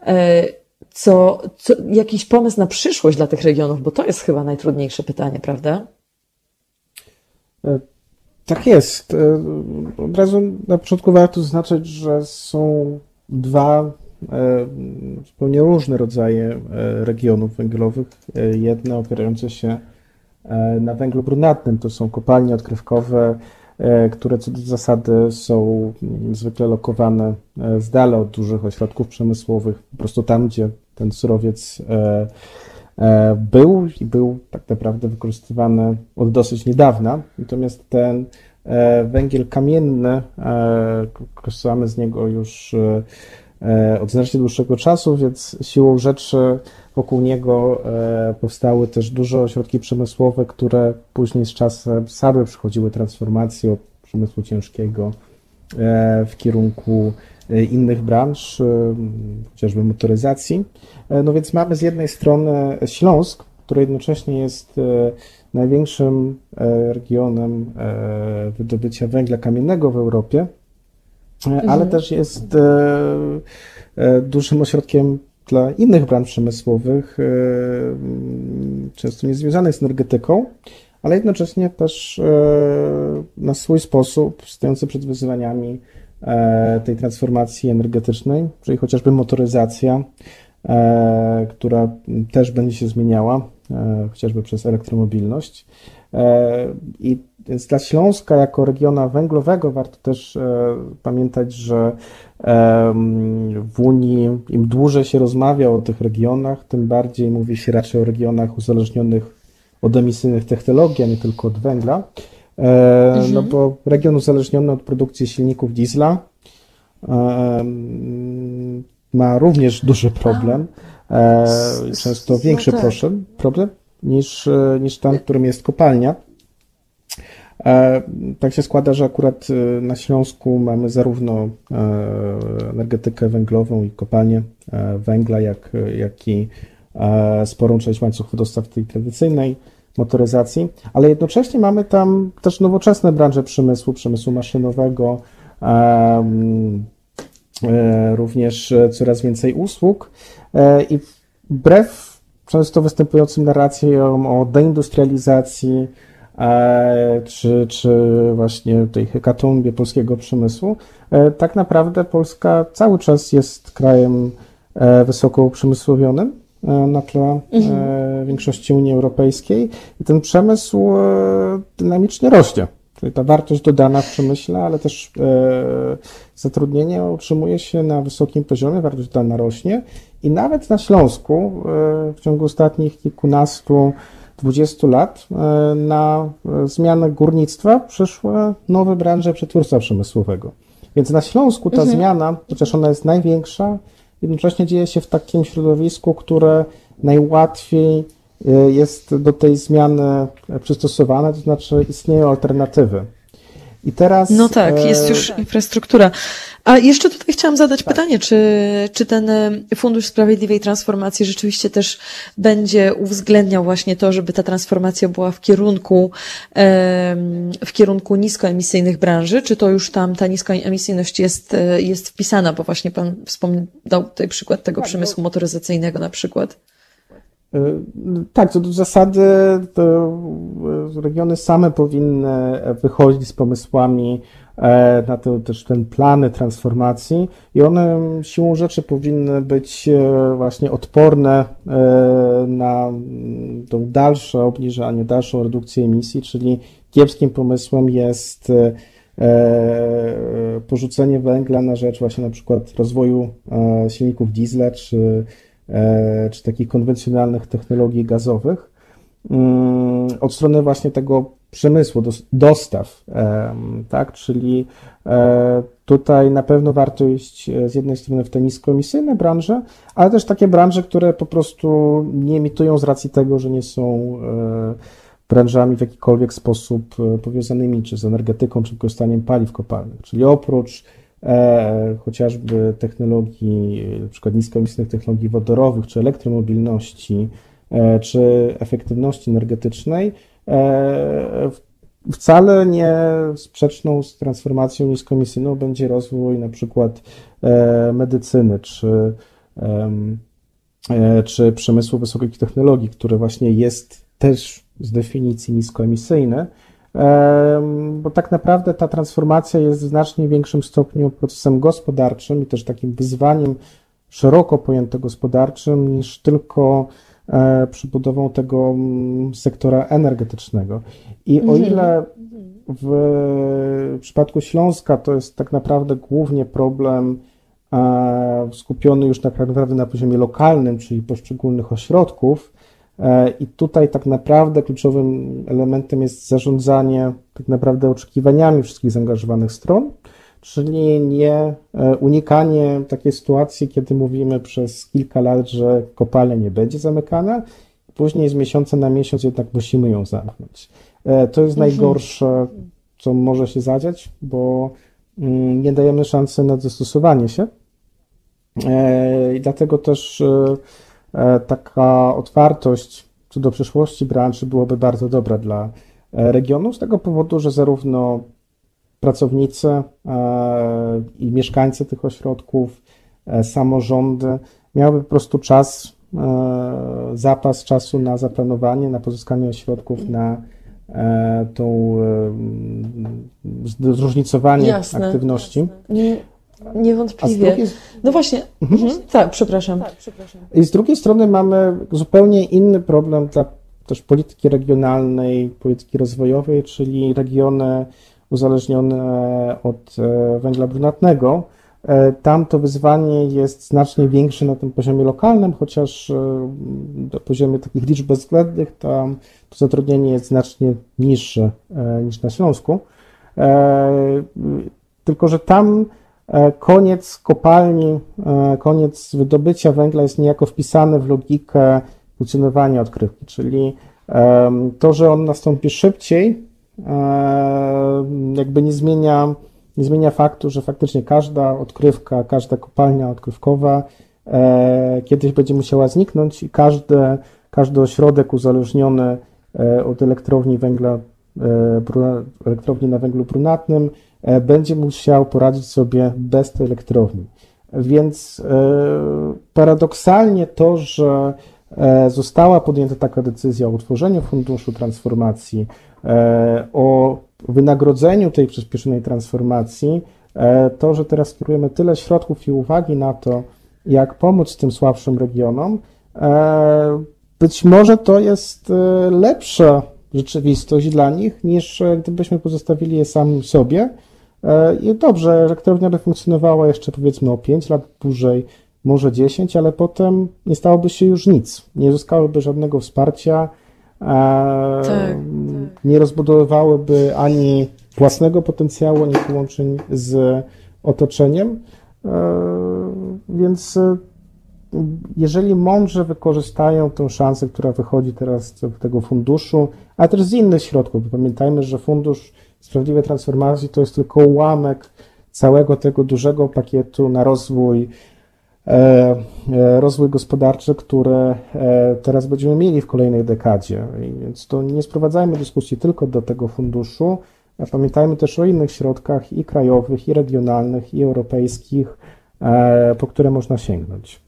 jakiś pomysł na przyszłość dla tych regionów, bo to jest chyba najtrudniejsze pytanie, prawda? Tak jest. Od razu na początku warto zaznaczyć, że są dwa zupełnie różne rodzaje regionów węglowych. Jedne opierające się na węglu brunatnym, to są kopalnie odkrywkowe, które co do zasady są zwykle lokowane z dala od dużych ośrodków przemysłowych, po prostu tam, gdzie ten surowiec był tak naprawdę wykorzystywany od dosyć niedawna, natomiast ten węgiel kamienny, korzystamy z niego już od znacznie dłuższego czasu, więc siłą rzeczy Wokół niego powstały też duże ośrodki przemysłowe, które później z czasem same przechodziły transformację od przemysłu ciężkiego w kierunku innych branż, chociażby motoryzacji. No więc mamy z jednej strony Śląsk, który jednocześnie jest największym regionem wydobycia węgla kamiennego w Europie, ale też jest dużym ośrodkiem dla innych branż przemysłowych, często niezwiązanych z energetyką, ale jednocześnie też na swój sposób stojący przed wyzwaniami tej transformacji energetycznej, czyli chociażby motoryzacja, która też będzie się zmieniała, chociażby przez elektromobilność. I więc dla Śląska jako regionu węglowego warto też pamiętać, że w Unii im dłużej się rozmawia o tych regionach, tym bardziej mówi się raczej o regionach uzależnionych od emisyjnych technologii, a nie tylko od węgla. No bo region uzależniony od produkcji silników diesla ma również duży problem, często większy problem niż ten, którym jest kopalnia. Tak się składa, że akurat na Śląsku mamy zarówno energetykę węglową i kopalnię węgla, jak i sporą część łańcuchu dostaw tej tradycyjnej motoryzacji, ale jednocześnie mamy tam też nowoczesne branże przemysłu maszynowego, również coraz więcej usług i wbrew często występującym narracjom o deindustrializacji czy właśnie tej hekatombie polskiego przemysłu, tak naprawdę Polska cały czas jest krajem wysoko uprzemysłowionym na tle większości Unii Europejskiej i ten przemysł dynamicznie rośnie. Czyli ta wartość dodana w przemyśle, ale też zatrudnienie utrzymuje się na wysokim poziomie, wartość dodana rośnie i nawet na Śląsku w ciągu ostatnich kilkunastu, 20 lat na zmianę górnictwa przyszły nowe branże przetwórstwa przemysłowego. Więc na Śląsku ta zmiana, chociaż ona jest największa, jednocześnie dzieje się w takim środowisku, które najłatwiej jest do tej zmiany przystosowane, to znaczy istnieją alternatywy. I teraz... No tak, jest już infrastruktura. A jeszcze tutaj chciałam zadać pytanie, czy ten Fundusz Sprawiedliwej Transformacji rzeczywiście też będzie uwzględniał właśnie to, żeby ta transformacja była w kierunku niskoemisyjnych branży, czy to już tam ta niskoemisyjność jest wpisana, bo właśnie Pan wspomniał tutaj przykład tego przemysłu motoryzacyjnego na przykład. Tak, co do zasady to regiony same powinny wychodzić z pomysłami na ten plany transformacji i one siłą rzeczy powinny być właśnie odporne na tą dalsze obniżanie, dalszą redukcję emisji, czyli kiepskim pomysłem jest porzucenie węgla na rzecz właśnie na przykład rozwoju silników diesla czy takich konwencjonalnych technologii gazowych, od strony właśnie tego przemysłu, dostaw, tak, czyli tutaj na pewno warto iść z jednej strony w te niskoemisyjne branże, ale też takie branże, które po prostu nie emitują z racji tego, że nie są branżami w jakikolwiek sposób powiązanymi czy z energetyką, czy wykorzystaniem paliw kopalnych, czyli oprócz chociażby technologii, na przykład niskoemisyjnych technologii wodorowych, czy elektromobilności, czy efektywności energetycznej, wcale nie sprzeczną z transformacją niskoemisyjną będzie rozwój na przykład medycyny, czy przemysłu wysokich technologii, który właśnie jest też z definicji niskoemisyjny, bo tak naprawdę ta transformacja jest w znacznie większym stopniu procesem gospodarczym i też takim wyzwaniem szeroko pojętym gospodarczym niż tylko przebudową tego sektora energetycznego. I o ile w przypadku Śląska to jest tak naprawdę głównie problem skupiony już tak naprawdę na poziomie lokalnym, czyli poszczególnych ośrodków, i tutaj tak naprawdę kluczowym elementem jest zarządzanie tak naprawdę oczekiwaniami wszystkich zaangażowanych stron, czyli nie unikanie takiej sytuacji, kiedy mówimy przez kilka lat, że kopalnia nie będzie zamykana, później z miesiąca na miesiąc jednak musimy ją zamknąć. To jest najgorsze, co może się zadziać, bo nie dajemy szansy na dostosowanie się i dlatego też taka otwartość co do przyszłości branży byłoby bardzo dobra dla regionu, z tego powodu, że zarówno pracownicy i mieszkańcy tych ośrodków, samorządy miałyby po prostu zapas czasu na zaplanowanie, na pozyskanie środków na tą zróżnicowanie aktywności. Niewątpliwie. No właśnie, tak, przepraszam. I z drugiej strony mamy zupełnie inny problem dla też polityki regionalnej, polityki rozwojowej, czyli regiony uzależnione od węgla brunatnego. Tam to wyzwanie jest znacznie większe na tym poziomie lokalnym, chociaż na poziomie takich liczb bezwzględnych tam to zatrudnienie jest znacznie niższe niż na Śląsku. Tylko że tam koniec kopalni, koniec wydobycia węgla jest niejako wpisany w logikę funkcjonowania odkrywki, czyli to, że on nastąpi szybciej, jakby nie zmienia faktu, że faktycznie każda odkrywka, każda kopalnia odkrywkowa kiedyś będzie musiała zniknąć i każdy ośrodek uzależniony od elektrowni na węglu brunatnym będzie musiał poradzić sobie bez tej elektrowni. Więc paradoksalnie to, że została podjęta taka decyzja o utworzeniu Funduszu Transformacji, o wynagrodzeniu tej przyspieszonej transformacji, to, że teraz kierujemy tyle środków i uwagi na to, jak pomóc tym słabszym regionom, być może to jest lepsza rzeczywistość dla nich, niż gdybyśmy pozostawili je samym sobie. I dobrze, elektrownia by funkcjonowała jeszcze powiedzmy o 5 lat dłużej, może 10, ale potem nie stałoby się już nic. Nie uzyskałyby żadnego wsparcia, nie rozbudowywałyby ani własnego potencjału, ani połączeń z otoczeniem. Więc jeżeli mądrze wykorzystają tę szansę, która wychodzi teraz z tego funduszu, ale też z innych środków, bo pamiętajmy, że Fundusz Sprawiedliwej Transformacji to jest tylko ułamek całego tego dużego pakietu na rozwój gospodarczy, które teraz będziemy mieli w kolejnej dekadzie. Więc to nie sprowadzajmy dyskusji tylko do tego funduszu, a pamiętajmy też o innych środkach i krajowych, i regionalnych, i europejskich, po które można sięgnąć.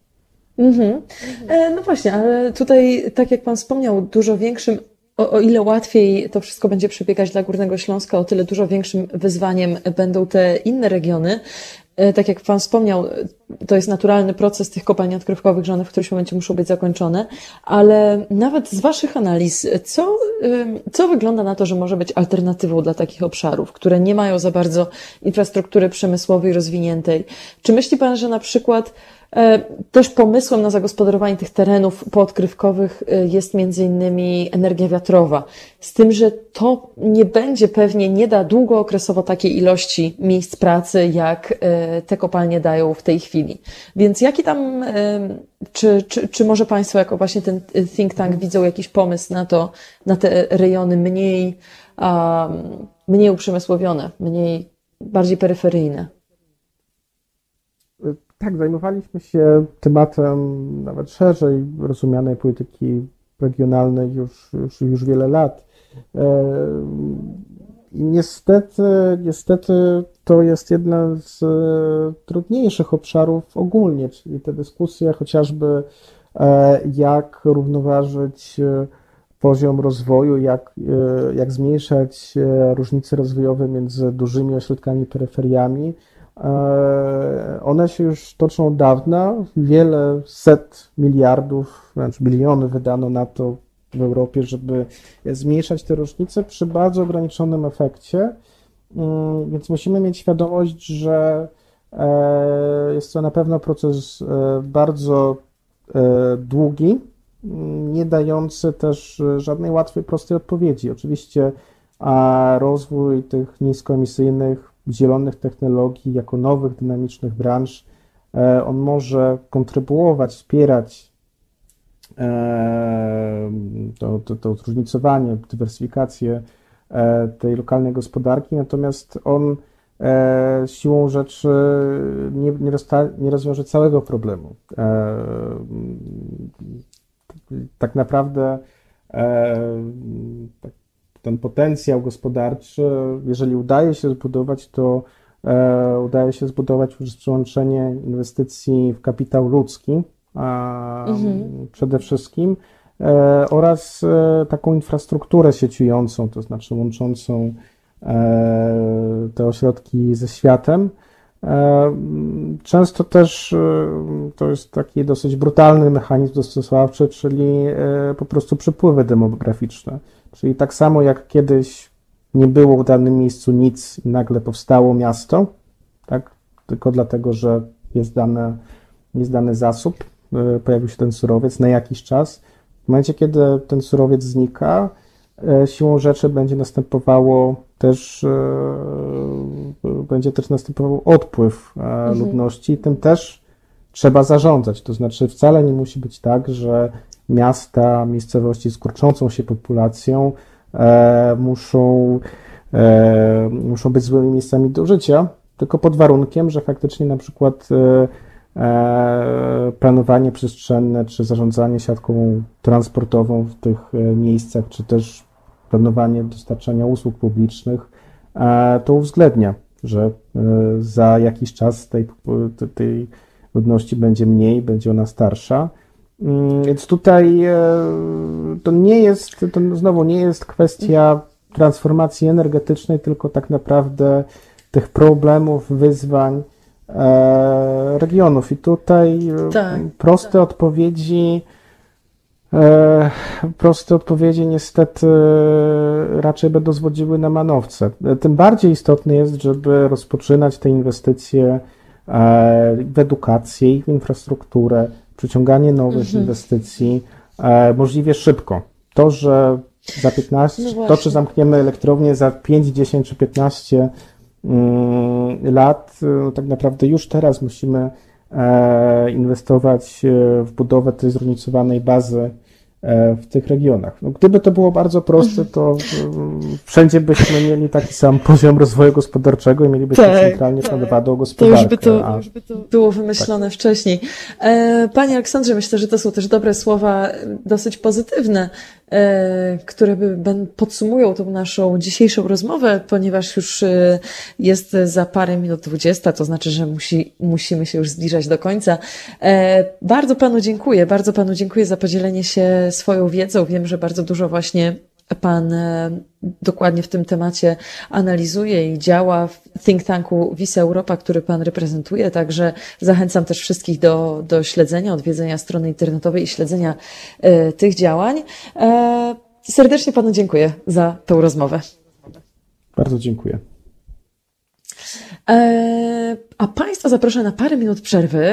No właśnie, ale tutaj, tak jak Pan wspomniał, dużo większym, o ile łatwiej to wszystko będzie przebiegać dla Górnego Śląska, o tyle dużo większym wyzwaniem będą te inne regiony. Tak jak Pan wspomniał, to jest naturalny proces tych kopalni odkrywkowych, że one w którymś momencie muszą być zakończone, ale nawet z Waszych analiz, co wygląda na to, że może być alternatywą dla takich obszarów, które nie mają za bardzo infrastruktury przemysłowej rozwiniętej? Czy myśli Pan, że na przykład też pomysłem na zagospodarowanie tych terenów poodkrywkowych jest między innymi energia wiatrowa. Z tym, że to nie da długookresowo takiej ilości miejsc pracy, jak te kopalnie dają w tej chwili. Więc jaki tam, czy może Państwo jako właśnie ten think tank widzą jakiś pomysł na te rejony mniej uprzemysłowione, bardziej peryferyjne? Tak, zajmowaliśmy się tematem nawet szerzej rozumianej polityki regionalnej już wiele lat. I niestety to jest jeden z trudniejszych obszarów ogólnie, czyli te dyskusje chociażby jak równoważyć poziom rozwoju, jak zmniejszać różnice rozwojowe między dużymi ośrodkami i peryferiami. One się już toczą od dawna. Wiele set miliardów, wręcz biliony wydano na to w Europie, żeby zmniejszać te różnice przy bardzo ograniczonym efekcie. Więc musimy mieć świadomość, że jest to na pewno proces bardzo długi, nie dający też żadnej łatwej, prostej odpowiedzi. Oczywiście rozwój tych niskoemisyjnych zielonych technologii, jako nowych, dynamicznych branż. On może kontrybuować, wspierać to zróżnicowanie, dywersyfikację tej lokalnej gospodarki, natomiast on siłą rzeczy nie rozwiąże całego problemu. Tak naprawdę ten potencjał gospodarczy, jeżeli udaje się zbudować, to udaje się zbudować przez przyłączenie inwestycji w kapitał ludzki przede wszystkim oraz taką infrastrukturę sieciującą, to znaczy łączącą te ośrodki ze światem. Często też to jest taki dosyć brutalny mechanizm dostosowawczy, czyli po prostu przepływy demograficzne. Czyli tak samo jak kiedyś nie było w danym miejscu nic i nagle powstało miasto, tak? Tylko dlatego, że jest dany zasób, pojawił się ten surowiec na jakiś czas. W momencie, kiedy ten surowiec znika, siłą rzeczy będzie też następował odpływ ludności, tym też trzeba zarządzać. To znaczy wcale nie musi być tak, że miasta, miejscowości z kurczącą się populacją muszą być złymi miejscami do życia, tylko pod warunkiem, że faktycznie na przykład planowanie przestrzenne, czy zarządzanie siatką transportową w tych miejscach, czy też planowanie dostarczania usług publicznych to uwzględnia, że za jakiś czas tej ludności będzie mniej, będzie ona starsza. Więc tutaj to znowu nie jest kwestia transformacji energetycznej, tylko tak naprawdę tych problemów, wyzwań regionów. I tutaj proste odpowiedzi niestety raczej będą zwodziły na manowce. Tym bardziej istotne jest, żeby rozpoczynać te inwestycje w edukację i w infrastrukturę, przyciąganie nowych inwestycji możliwie szybko. To, że za 15, czy zamkniemy elektrownię za 5, 10 czy 15 lat, tak naprawdę już teraz musimy inwestować w budowę tej zróżnicowanej bazy w tych regionach. No, gdyby to było bardzo proste, to wszędzie byśmy mieli taki sam poziom rozwoju gospodarczego i mielibyśmy centralnie planowaną gospodarkę. To już by to było wymyślone wcześniej. Panie Aleksandrze, myślę, że to są też dobre słowa, dosyć pozytywne, które podsumują tą naszą dzisiejszą rozmowę, ponieważ już jest za parę minut 20, to znaczy, że musimy się już zbliżać do końca. Bardzo Panu dziękuję za podzielenie się swoją wiedzą. Wiem, że bardzo dużo właśnie Pan dokładnie w tym temacie analizuje i działa w think tanku Visa Europa, który Pan reprezentuje, także zachęcam też wszystkich do śledzenia, odwiedzenia strony internetowej i śledzenia tych działań. Serdecznie Panu dziękuję za tę rozmowę. Bardzo dziękuję. A Państwa zaproszę na parę minut przerwy.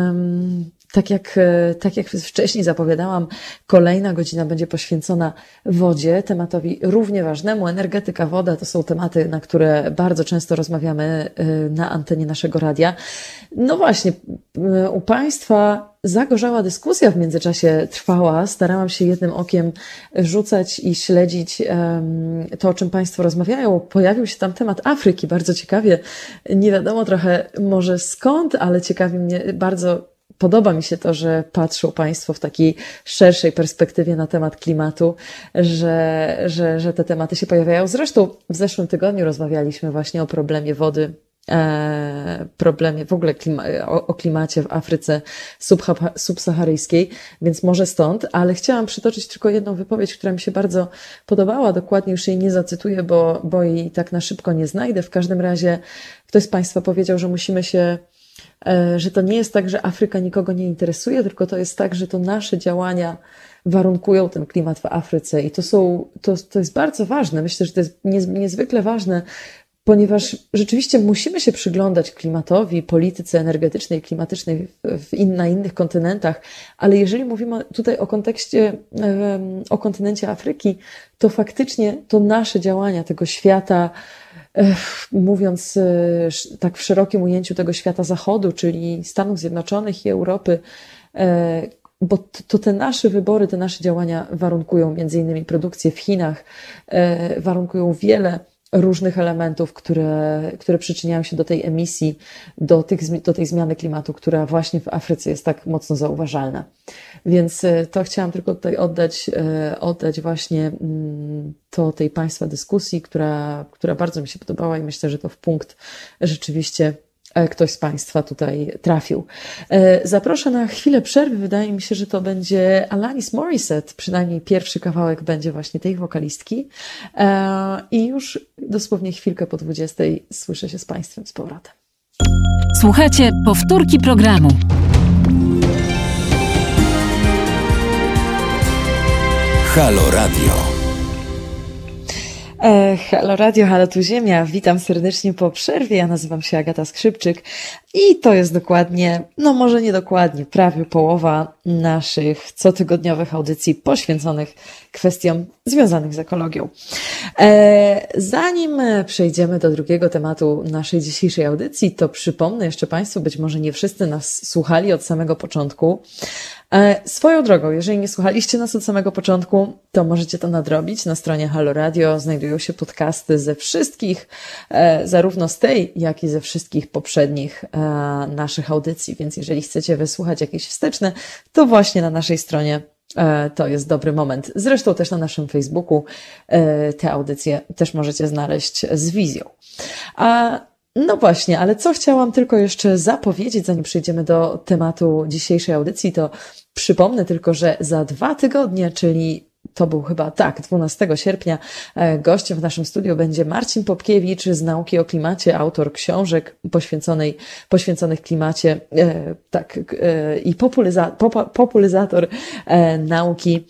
Tak jak wcześniej zapowiadałam, kolejna godzina będzie poświęcona wodzie, tematowi równie ważnemu. Energetyka, woda to są tematy, na które bardzo często rozmawiamy na antenie naszego radia. No właśnie, u Państwa zagorzała dyskusja w międzyczasie trwała. Starałam się jednym okiem rzucać i śledzić to, o czym Państwo rozmawiają. Pojawił się tam temat Afryki, bardzo ciekawie. Nie wiadomo trochę może skąd, ale ciekawi mnie bardzo. Podoba mi się to, że patrzą Państwo w takiej szerszej perspektywie na temat klimatu, że te tematy się pojawiają. Zresztą w zeszłym tygodniu rozmawialiśmy właśnie o problemie wody, problemie w ogóle o klimacie w Afryce subsaharyjskiej, więc może stąd, ale chciałam przytoczyć tylko jedną wypowiedź, która mi się bardzo podobała. Dokładnie już jej nie zacytuję, bo jej tak na szybko nie znajdę. W każdym razie ktoś z Państwa powiedział, że to nie jest tak, że Afryka nikogo nie interesuje, tylko to jest tak, że to nasze działania warunkują ten klimat w Afryce i to jest bardzo ważne. Myślę, że to jest niezwykle ważne, ponieważ rzeczywiście musimy się przyglądać klimatowi, polityce energetycznej, klimatycznej na innych kontynentach, ale jeżeli mówimy tutaj o kontynencie Afryki, to faktycznie to nasze działania tego świata mówiąc tak w szerokim ujęciu tego świata zachodu, czyli Stanów Zjednoczonych i Europy, bo to te nasze wybory, te nasze działania warunkują między innymi produkcję w Chinach, warunkują wiele różnych elementów, które przyczyniają się do tej emisji, do tej zmiany klimatu, która właśnie w Afryce jest tak mocno zauważalna. Więc to chciałam tylko tutaj oddać właśnie to tej Państwa dyskusji, która bardzo mi się podobała i myślę, że to w punkt rzeczywiście ktoś z Państwa tutaj trafił. Zaproszę na chwilę przerwy. Wydaje mi się, że to będzie Alanis Morissette. Przynajmniej pierwszy kawałek będzie właśnie tej wokalistki. I już dosłownie chwilkę po 20 słyszę się z Państwem z powrotem. Słuchajcie, powtórki programu. Halo Radio. Halo Radio, halo tu Ziemia. Witam serdecznie po przerwie. Ja nazywam się Agata Skrzypczyk i to jest dokładnie, no może nie dokładnie, prawie połowa naszych cotygodniowych audycji poświęconych kwestiom związanych z ekologią. Zanim przejdziemy do drugiego tematu naszej dzisiejszej audycji, to przypomnę jeszcze Państwu, być może nie wszyscy nas słuchali od samego początku. Swoją drogą, jeżeli nie słuchaliście nas od samego początku, to możecie to nadrobić. Na stronie Halo Radio znajdują się podcasty ze wszystkich, zarówno z tej, jak i ze wszystkich poprzednich naszych audycji. Więc jeżeli chcecie wysłuchać jakieś wsteczne, to właśnie na naszej stronie to jest dobry moment. Zresztą też na naszym Facebooku te audycje też możecie znaleźć z wizją. No właśnie, ale co chciałam tylko jeszcze zapowiedzieć, zanim przejdziemy do tematu dzisiejszej audycji, to przypomnę tylko, że za 2 tygodnie, czyli to był chyba 12 sierpnia, gościem w naszym studiu będzie Marcin Popkiewicz z Nauki o Klimacie, autor książek poświęconych klimacie, i popularyzator nauki.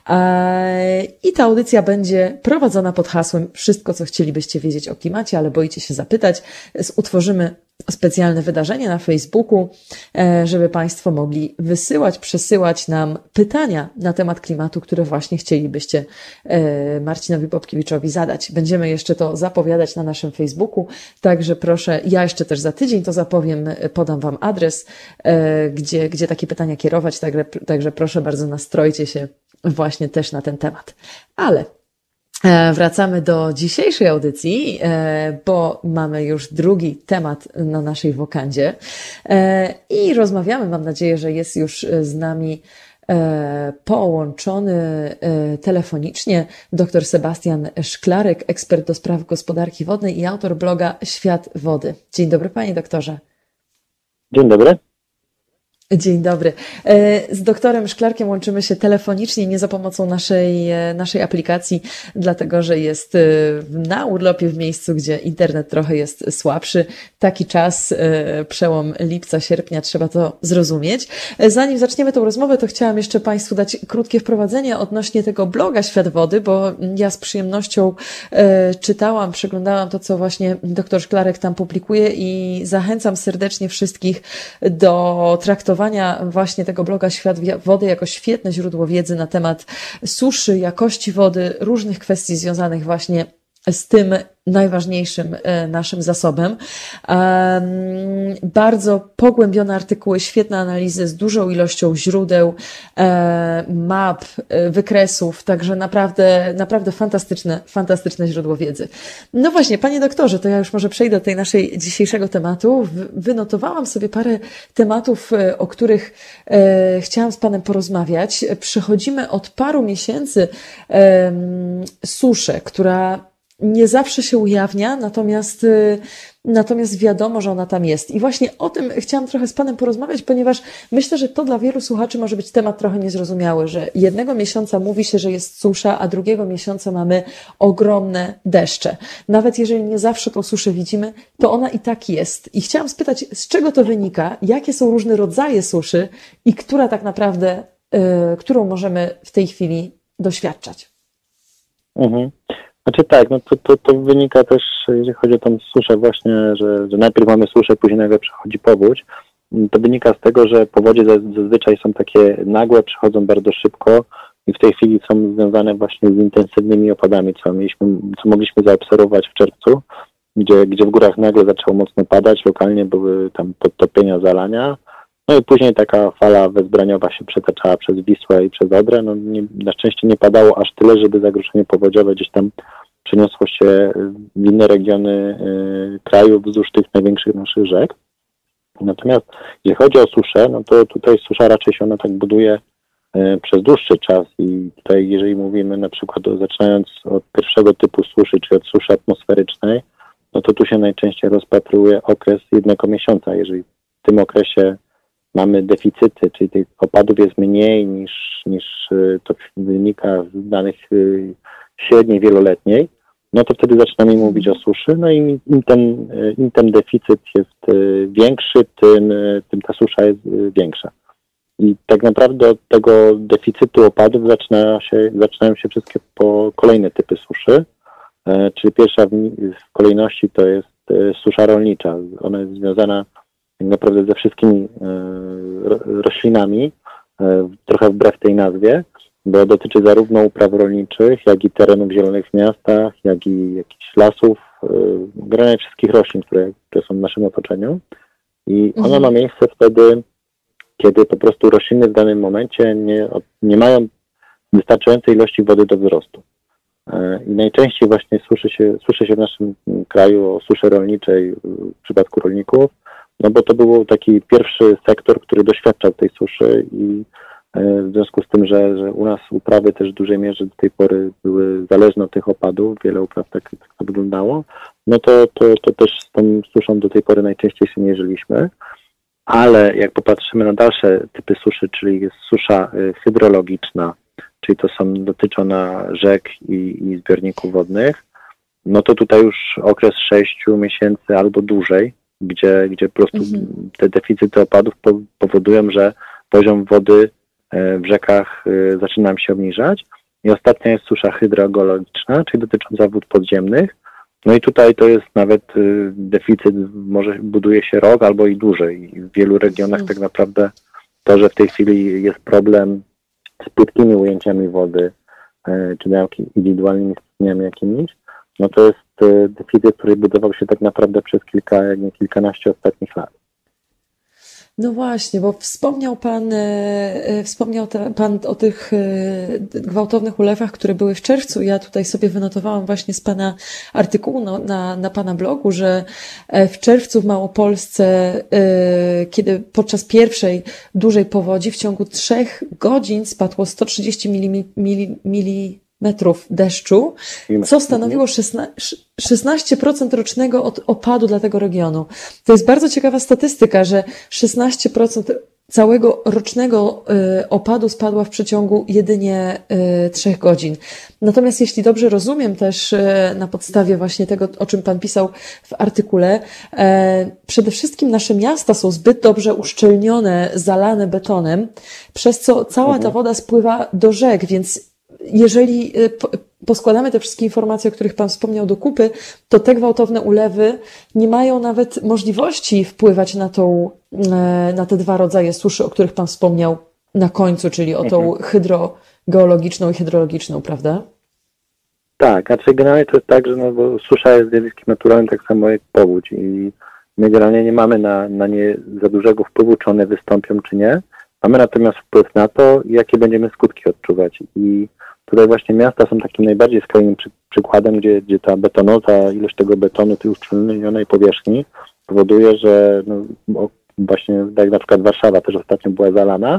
I ta audycja będzie prowadzona pod hasłem Wszystko, co chcielibyście wiedzieć o klimacie, ale boicie się zapytać. Utworzymy specjalne wydarzenie na Facebooku, żeby Państwo mogli przesyłać nam pytania na temat klimatu, które właśnie chcielibyście Marcinowi Popkiewiczowi zadać. Będziemy jeszcze to zapowiadać na naszym Facebooku, także proszę, ja jeszcze też za tydzień to zapowiem, podam Wam adres, gdzie takie pytania kierować, także proszę bardzo, nastrojcie się właśnie też na ten temat. Ale wracamy do dzisiejszej audycji, bo mamy już drugi temat na naszej wokandzie i rozmawiamy, mam nadzieję, że jest już z nami połączony telefonicznie dr Sebastian Szklarek, ekspert do spraw gospodarki wodnej i autor bloga Świat Wody. Dzień dobry, panie doktorze. Dzień dobry. Dzień dobry. Z doktorem Szklarkiem łączymy się telefonicznie, nie za pomocą naszej aplikacji, dlatego że jest na urlopie w miejscu, gdzie internet trochę jest słabszy. Taki czas, przełom lipca, sierpnia, trzeba to zrozumieć. Zanim zaczniemy tą rozmowę, to chciałam jeszcze Państwu dać krótkie wprowadzenie odnośnie tego bloga Świat Wody, bo ja z przyjemnością czytałam, przeglądałam to, co właśnie doktor Szklarek tam publikuje i zachęcam serdecznie wszystkich do traktowania właśnie tego bloga Świat Wody jako świetne źródło wiedzy na temat suszy, jakości wody, różnych kwestii związanych właśnie z tym najważniejszym naszym zasobem. Bardzo pogłębione artykuły, świetne analizy z dużą ilością źródeł, map, wykresów, także naprawdę fantastyczne źródło wiedzy. No właśnie, panie doktorze, to ja już może przejdę do tej naszej dzisiejszego tematu. Wynotowałam sobie parę tematów, o których chciałam z panem porozmawiać. Przechodzimy od paru miesięcy suszę, która nie zawsze się ujawnia, natomiast wiadomo, że ona tam jest. I właśnie o tym chciałam trochę z panem porozmawiać, ponieważ myślę, że to dla wielu słuchaczy może być temat trochę niezrozumiały, że jednego miesiąca mówi się, że jest susza, a drugiego miesiąca mamy ogromne deszcze. Nawet jeżeli nie zawsze tą suszę widzimy, to ona i tak jest. I chciałam spytać, z czego to wynika, jakie są różne rodzaje suszy i która tak naprawdę, którą możemy w tej chwili doświadczać. Mhm. Znaczy tak, no to wynika też, jeżeli chodzi o tą suszę właśnie, że najpierw mamy suszę, później nagle przychodzi powódź. To wynika z tego, że powodzie zazwyczaj są takie nagłe, przychodzą bardzo szybko i w tej chwili są związane właśnie z intensywnymi opadami, co mogliśmy zaobserwować w czerwcu. gdzie w górach nagle zaczęło mocno padać, lokalnie były tam podtopienia, zalania, no i później taka fala wezbraniowa się przetaczała przez Wisłę i przez Odrę. No na szczęście nie padało aż tyle, żeby zagrożenie powodziowe gdzieś tam przeniosło się w inne regiony kraju wzdłuż tych największych naszych rzek. Natomiast jeśli chodzi o suszę, no to tutaj susza raczej się ona tak buduje przez dłuższy czas i tutaj jeżeli mówimy na przykład zaczynając od pierwszego typu suszy, czyli od suszy atmosferycznej, no to tu się najczęściej rozpatruje okres 1 miesiąca. Jeżeli w tym okresie mamy deficyty, czyli tych opadów jest mniej niż to wynika z danych średniej, wieloletniej, no to wtedy zaczynamy mówić o suszy, no i im ten deficyt jest większy, tym ta susza jest większa. I tak naprawdę od tego deficytu opadów zaczynają się wszystkie kolejne typy suszy, czyli pierwsza w kolejności to jest susza rolnicza. Ona jest związana tak naprawdę ze wszystkimi roślinami, trochę wbrew tej nazwie, bo dotyczy zarówno upraw rolniczych, jak i terenów zielonych w miastach, jak i jakichś lasów, generalnie wszystkich roślin, które są w naszym otoczeniu. I ona ma miejsce wtedy, kiedy po prostu rośliny w danym momencie nie mają wystarczającej ilości wody do wzrostu. I najczęściej właśnie słyszy się w naszym kraju o suszy rolniczej w przypadku rolników, no bo to był taki pierwszy sektor, który doświadczał tej suszy i w związku z tym, że u nas uprawy też w dużej mierze do tej pory były zależne od tych opadów, wiele upraw tak to wyglądało, no to też z tą suszą do tej pory najczęściej się mierzyliśmy. Ale jak popatrzymy na dalsze typy suszy, czyli jest susza hydrologiczna, czyli dotyczą rzek i zbiorników wodnych, no to tutaj już okres 6 miesięcy albo dłużej, gdzie po prostu te deficyty opadów powodują, że poziom wody w rzekach zaczyna nam się obniżać. I ostatnia jest susza hydrogeologiczna, czyli dotycząca wód podziemnych. No i tutaj to jest nawet deficyt, może buduje się rok albo i dłużej. I w wielu regionach tak naprawdę to, że w tej chwili jest problem z płytkimi ujęciami wody, czy indywidualnymi studniami jakimiś, no to jest deficyt, który budował się tak naprawdę przez kilka, jak nie kilkanaście ostatnich lat. No właśnie, bo wspomniał Pan o tych gwałtownych ulewach, które były w czerwcu. Ja tutaj sobie wynotowałam właśnie z Pana artykułu na Pana blogu, że w czerwcu w Małopolsce, kiedy podczas pierwszej dużej powodzi w ciągu 3 godzin spadło 130 milimetrów deszczu, co stanowiło 16% rocznego opadu dla tego regionu. To jest bardzo ciekawa statystyka, że 16% całego rocznego opadu spadła w przeciągu jedynie 3 godzin. Natomiast jeśli dobrze rozumiem też na podstawie właśnie tego, o czym Pan pisał w artykule, przede wszystkim nasze miasta są zbyt dobrze uszczelnione, zalane betonem, przez co cała ta woda spływa do rzek, więc jeżeli poskładamy te wszystkie informacje, o których Pan wspomniał do kupy, to te gwałtowne ulewy nie mają nawet możliwości wpływać na te 2 rodzaje suszy, o których Pan wspomniał na końcu, czyli o tą hydrogeologiczną i hydrologiczną, prawda? Tak, znaczy generalnie to jest tak, że bo susza jest zjawiskiem naturalnym tak samo jak powódź i my generalnie nie mamy na nie za dużego wpływu, czy one wystąpią, czy nie. Mamy natomiast wpływ na to, jakie będziemy skutki odczuwać. I tutaj właśnie miasta są takim najbardziej skrajnym przykładem, gdzie ta betonoza, ilość tego betonu, tej uszczelnionej powierzchni powoduje, że właśnie tak jak na przykład Warszawa też ostatnio była zalana.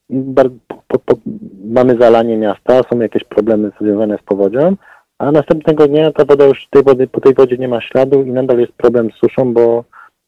Mamy zalanie miasta, są jakieś problemy związane z powodzią, a następnego dnia ta woda już po tej wodzie nie ma śladu i nadal jest problem z suszą, bo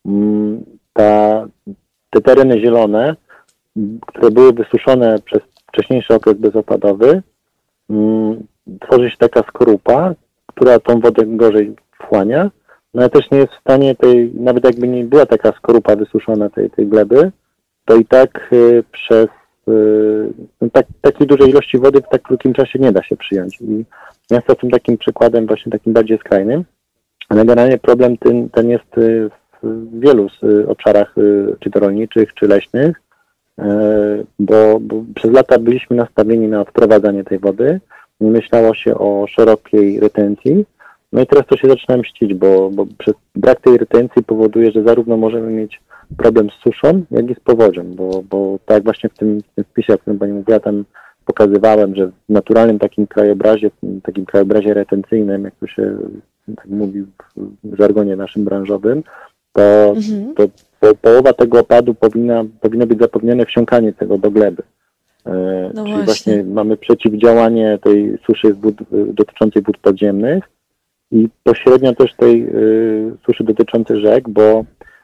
te tereny zielone, które były wysuszone przez wcześniejszy okres bezopadowy, tworzy się taka skorupa, która tą wodę gorzej wchłania, no ale też nie jest w stanie nawet jakby nie była taka skorupa wysuszona tej gleby, to i tak przez takiej dużej ilości wody w tak krótkim czasie nie da się przyjąć. I miasta są takim przykładem właśnie takim bardziej skrajnym, ale generalnie problem ten jest w wielu obszarach, czy to rolniczych, czy leśnych, bo przez lata byliśmy nastawieni na odprowadzanie tej wody, nie myślało się o szerokiej retencji, No i teraz to się zaczyna mścić, bo przez brak tej retencji powoduje, że zarówno możemy mieć problem z suszą, jak i z powodzią, bo tak właśnie w tym wpisie, o którym Pani mówiła, tam pokazywałem, że w naturalnym takim krajobrazie retencyjnym, jak to się tak mówi w żargonie naszym branżowym, to połowa tego opadu powinno być zapewnione wsiąkanie tego do gleby. No czyli właśnie mamy przeciwdziałanie tej suszy dotyczącej wód podziemnych i pośrednio też tej suszy dotyczącej rzek, bo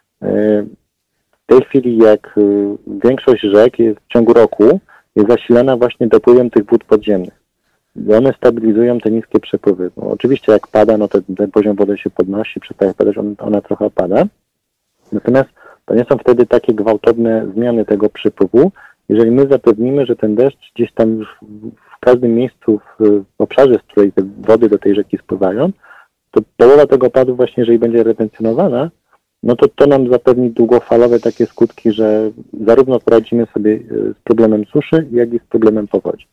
w tej chwili jak większość rzek jest w ciągu roku jest zasilana właśnie dopływem tych wód podziemnych. I one stabilizują te niskie przepływy. No, oczywiście jak pada, no to ten poziom wody się podnosi, przestaje padać, ona trochę opada. Natomiast to nie są wtedy takie gwałtowne zmiany tego przepływu, jeżeli my zapewnimy, że ten deszcz gdzieś tam w każdym miejscu w obszarze, z której te wody do tej rzeki spływają, to połowa tego opadu właśnie, jeżeli będzie retencjonowana, no to nam zapewni długofalowe takie skutki, że zarówno poradzimy sobie z problemem suszy, jak i z problemem powodzi.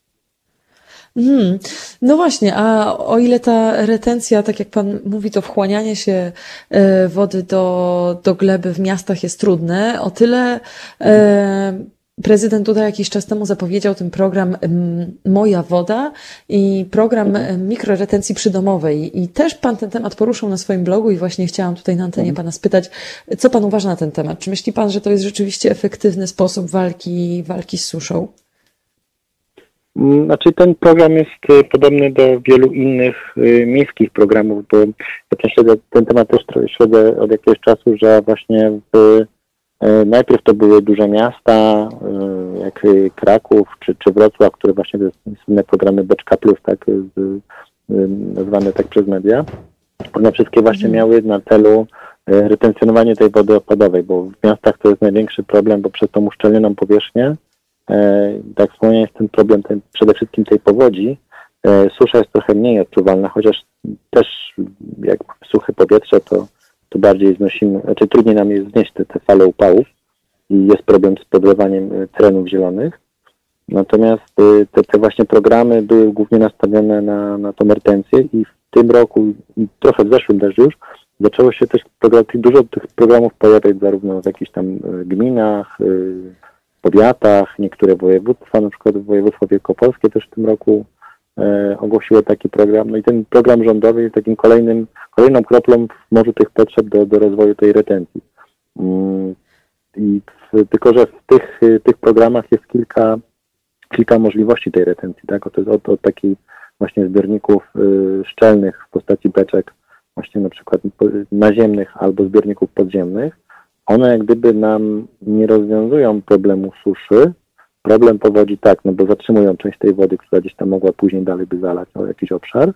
No właśnie, a o ile ta retencja, tak jak Pan mówi, to wchłanianie się wody do gleby w miastach jest trudne, o tyle prezydent tutaj jakiś czas temu zapowiedział ten program Moja Woda i program mikroretencji przydomowej. I też Pan ten temat poruszył na swoim blogu i właśnie chciałam tutaj na antenie Pana spytać, co Pan uważa na ten temat? Czy myśli Pan, że to jest rzeczywiście efektywny sposób walki z suszą? Znaczy ten program jest podobny do wielu innych miejskich programów, bo ja ten temat też śledzę od jakiegoś czasu, że właśnie najpierw to były duże miasta, jak Kraków czy Wrocław, które właśnie to słynne programy Beczka Plus, tak, nazwane tak przez media. One wszystkie właśnie miały na celu retencjonowanie tej wody opadowej, bo w miastach to jest największy problem, bo przez tą uszczelnioną powierzchnię, tak wspomniałem, jest ten problem przede wszystkim tej powodzi. Susza jest trochę mniej odczuwalna, chociaż też jak suche powietrze, to bardziej znosimy, znaczy trudniej nam jest znieść te fale upałów i jest problem z podlewaniem terenów zielonych. Natomiast te właśnie programy były głównie nastawione na tą retencję i w tym roku i trochę w zeszłym też już zaczęło się też dużo tych programów pojawiać zarówno w jakichś tam gminach, powiatach, niektóre województwa, na przykład województwo wielkopolskie też w tym roku ogłosiło taki program. No i ten program rządowy jest takim kolejną kroplą w morzu tych potrzeb do rozwoju tej retencji. Tylko że w tych programach jest kilka możliwości tej retencji, tak? To jest od takich właśnie zbiorników szczelnych w postaci beczek, właśnie na przykład naziemnych albo zbiorników podziemnych. One jak gdyby nam nie rozwiązują problemu suszy. Problem powodzi tak, no bo zatrzymują część tej wody, która gdzieś tam mogła później dalej by zalać jakiś obszar.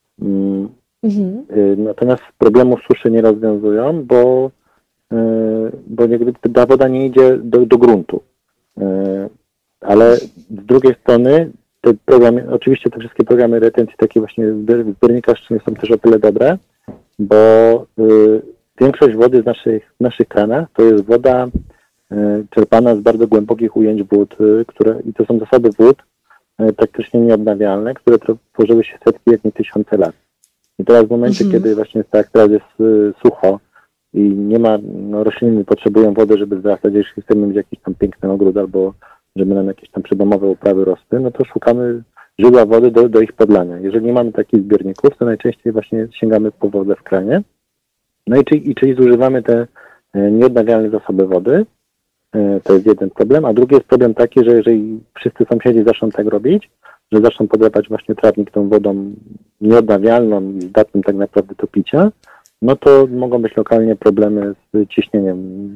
Natomiast problemu suszy nie rozwiązują, bo jak gdyby ta woda nie idzie do gruntu. Ale z drugiej strony te programy, oczywiście te wszystkie programy retencji takie właśnie w zbiornikach szczelnych są też o tyle dobre, bo większość wody w naszych kranach to jest woda czerpana z bardzo głębokich ujęć wód, i to są zasoby wód praktycznie nieodnawialne, które tworzyły się setki, jak nie tysiące lat. I teraz w momencie, kiedy właśnie tak teraz jest sucho i nie ma, rośliny potrzebują wody, żeby wzrastać, jeśli chcemy mieć jakiś tam piękny ogród albo żeby nam jakieś tam przydomowe uprawy rosły, no to szukamy źródła wody do ich podlania. Jeżeli nie mamy takich zbiorników, to najczęściej właśnie sięgamy po wodę w kranie. No czyli zużywamy te nieodnawialne zasoby wody. To jest jeden problem, a drugi jest problem taki, że jeżeli wszyscy sąsiedzi zaczną tak robić, że zaczną podlewać właśnie trawnik tą wodą nieodnawialną i zdatną tak naprawdę do picia, no to mogą być lokalnie problemy z ciśnieniem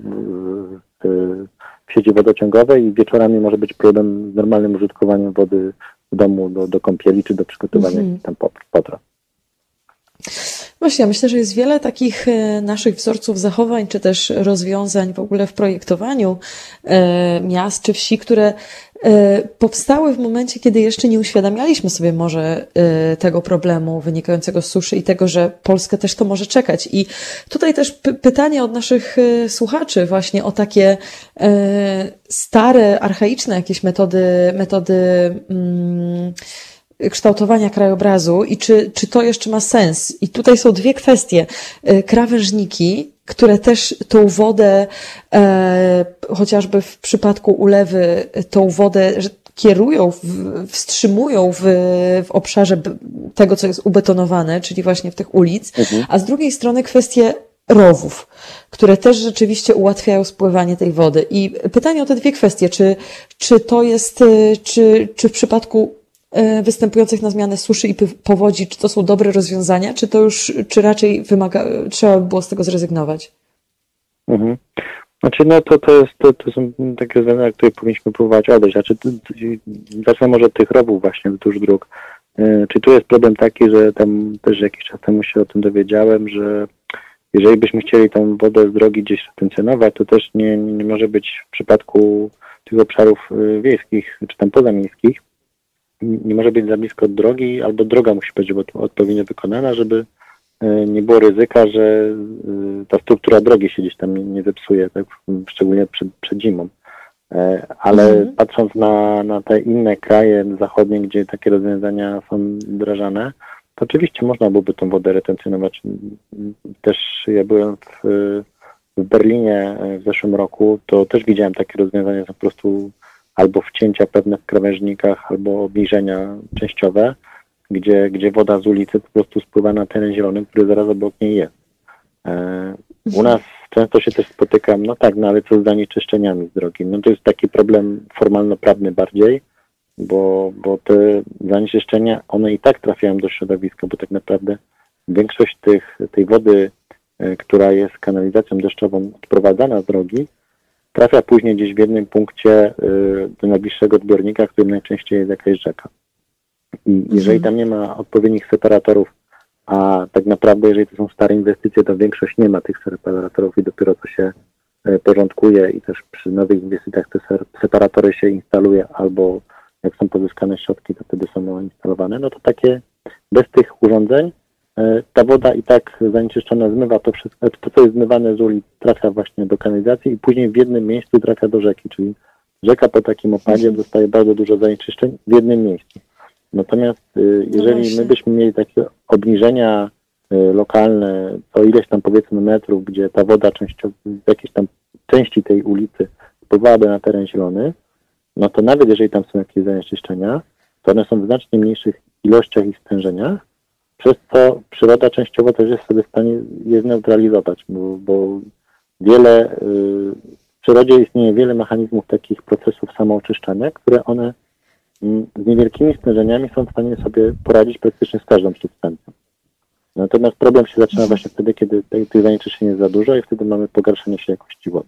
w sieci wodociągowej i wieczorami może być problem z normalnym użytkowaniem wody w domu do kąpieli czy do przygotowania jakichś tam potraw. Właśnie, ja myślę, że jest wiele takich naszych wzorców zachowań, czy też rozwiązań w ogóle w projektowaniu miast czy wsi, które powstały w momencie, kiedy jeszcze nie uświadamialiśmy sobie może tego problemu wynikającego z suszy i tego, że Polskę też to może czekać. I tutaj też pytanie od naszych słuchaczy właśnie o takie stare, archaiczne jakieś metody kształtowania krajobrazu i czy to jeszcze ma sens. I tutaj są dwie kwestie. Krawężniki, które też tą wodę, chociażby w przypadku ulewy, tą wodę kierują, wstrzymują w obszarze tego, co jest ubetonowane, czyli właśnie w tych ulic, a z drugiej strony kwestie rowów, które też rzeczywiście ułatwiają spływanie tej wody. I pytanie o te dwie kwestie, czy to jest, czy w przypadku występujących na zmianę suszy i powodzi, czy to są dobre rozwiązania, czy raczej trzeba by było z tego zrezygnować? Znaczy, no to są takie rozwiązania, które powinniśmy próbować odejść. Znaczy, zacznę może od tych rowów właśnie wzdłuż dróg. Czy tu jest problem taki, że tam też jakiś czas temu się o tym dowiedziałem, że jeżeli byśmy chcieli tą wodę z drogi gdzieś retencjonować, to też nie może być w przypadku tych obszarów wiejskich, czy tam pozamiejskich, nie może być za blisko od drogi, albo droga musi być odpowiednio wykonana, żeby nie było ryzyka, że ta struktura drogi się gdzieś tam nie zepsuje, tak, szczególnie przed zimą. Ale patrząc na te inne kraje zachodnie, gdzie takie rozwiązania są wdrażane, to oczywiście można byłoby tą wodę retencjonować. Też ja byłem w Berlinie w zeszłym roku, to też widziałem takie rozwiązania, są po prostu albo wcięcia pewne w krawężnikach, albo obniżenia częściowe, gdzie woda z ulicy po prostu spływa na teren zielony, który zaraz obok niej jest. U nas często się też spotykam, ale co z zanieczyszczeniami z drogi? No to jest taki problem formalno-prawny bardziej, bo te zanieczyszczenia, one i tak trafiają do środowiska, bo tak naprawdę większość tej wody, która jest kanalizacją deszczową odprowadzana z drogi, trafia później gdzieś w jednym punkcie do najbliższego odbiornika, którym najczęściej jest jakaś rzeka. I jeżeli tam nie ma odpowiednich separatorów, a tak naprawdę jeżeli to są stare inwestycje, to większość nie ma tych separatorów i dopiero to się porządkuje i też przy nowych inwestycjach te separatory się instaluje, albo jak są pozyskane środki, to wtedy są instalowane, no to bez tych urządzeń ta woda i tak zanieczyszczona zmywa to wszystko, to co jest zmywane z ulic, trafia właśnie do kanalizacji i później w jednym miejscu trafia do rzeki, czyli rzeka po takim opadzie dostaje bardzo dużo zanieczyszczeń w jednym miejscu. Natomiast jeżeli my byśmy mieli takie obniżenia lokalne, co ileś tam powiedzmy metrów, gdzie ta woda częściowo z jakiejś tam części tej ulicy wpływałaby na teren zielony, no to nawet jeżeli tam są jakieś zanieczyszczenia, to one są w znacznie mniejszych ilościach i stężeniach, przez co przyroda częściowo też jest sobie w stanie je zneutralizować, bo w przyrodzie istnieje wiele mechanizmów takich procesów samooczyszczania, które one z niewielkimi stężeniami są w stanie sobie poradzić praktycznie z każdą substancją. Natomiast problem się zaczyna właśnie wtedy, kiedy tych zanieczyszczeń jest za dużo i wtedy mamy pogarszanie się jakości wody.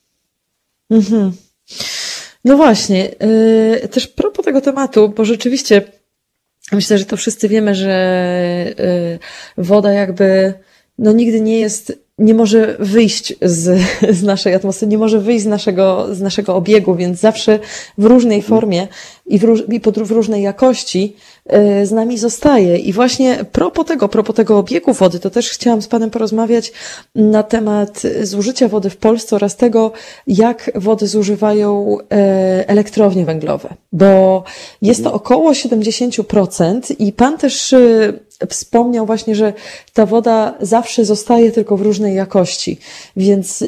No właśnie, też propos tego tematu, bo rzeczywiście myślę, że to wszyscy wiemy, że woda jakby nigdy nie może wyjść z naszej atmosfery, nie może wyjść z naszego obiegu, więc zawsze w różnej formie i w różnej jakości z nami zostaje. I właśnie propos tego obiegu wody, to też chciałam z Panem porozmawiać na temat zużycia wody w Polsce oraz tego, jak wody zużywają elektrownie węglowe, bo jest to około 70% i Pan też wspomniał właśnie, że ta woda zawsze zostaje tylko w różnej jakości. Więc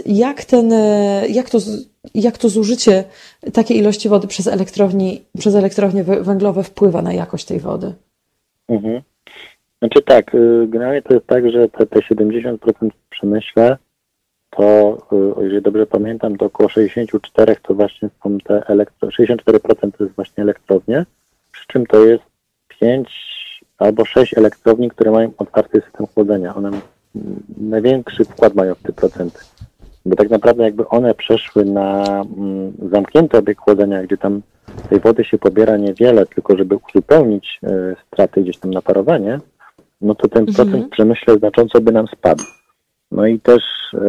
jak to zużycie takiej ilości wody przez elektrownie węglowe wpływa na jakość tej wody? Znaczy tak, generalnie to jest tak, że te 70% w przemyśle, to jeżeli dobrze pamiętam, to około 64% to właśnie są 64% to jest właśnie elektrownie, przy czym to jest 5 albo 6 elektrowni, które mają otwarty system chłodzenia. One największy wkład mają w te procenty. Bo tak naprawdę jakby one przeszły na zamknięty obieg chłodzenia, gdzie tam tej wody się pobiera niewiele, tylko żeby uzupełnić straty gdzieś tam na parowanie, no to ten procent w przemyśle znacząco by nam spadł. No i też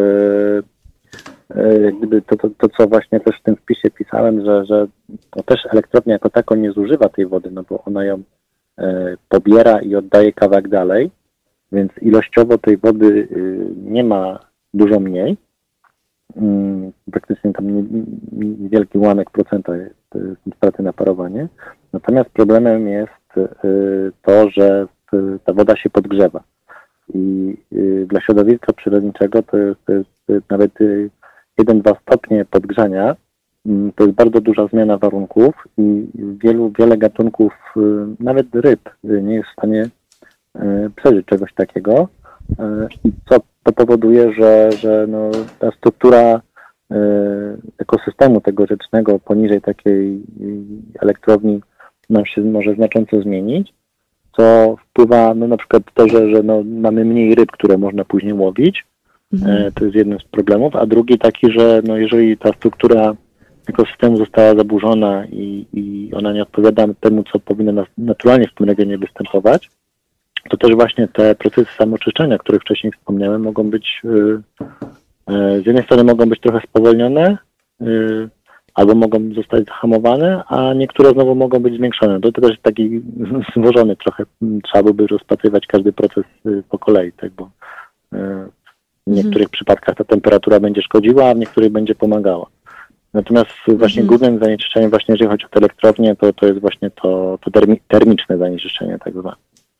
jak gdyby to co właśnie też w tym wpisie pisałem, że to też elektrownia jako tako nie zużywa tej wody, no bo ona ją pobiera i oddaje kawałek dalej, więc ilościowo tej wody nie ma dużo mniej. Praktycznie tam niewielki ułamek procenta jest straty na parowanie. Natomiast problemem jest to, że ta woda się podgrzewa. I dla środowiska przyrodniczego to jest nawet 1-2 stopnie podgrzania. To jest bardzo duża zmiana warunków i wiele gatunków, nawet ryb, nie jest w stanie przeżyć czegoś takiego. I co to powoduje, że no, ta struktura ekosystemu tego rzecznego poniżej takiej elektrowni nam się może znacząco zmienić, co wpływa no, na przykład to, że no, mamy mniej ryb, które można później łowić. To jest jeden z problemów, a drugi taki, że no, jeżeli ta struktura ekosystemu została zaburzona i ona nie odpowiada temu, co powinno naturalnie w tym regionie występować, to też właśnie te procesy samoczyszczenia, o których wcześniej wspomniałem, mogą być z jednej strony mogą być trochę spowolnione, albo mogą zostać zahamowane, a niektóre znowu mogą być zwiększone. To też jest taki złożony trochę, trzeba byłoby rozpatrywać każdy proces po kolei, tak, bo w niektórych przypadkach ta temperatura będzie szkodziła, a w niektórych będzie pomagała. Natomiast właśnie głównym zanieczyszczeniem, właśnie jeżeli chodzi o te elektrownie, to jest właśnie to termiczne zanieczyszczenie tak zwane.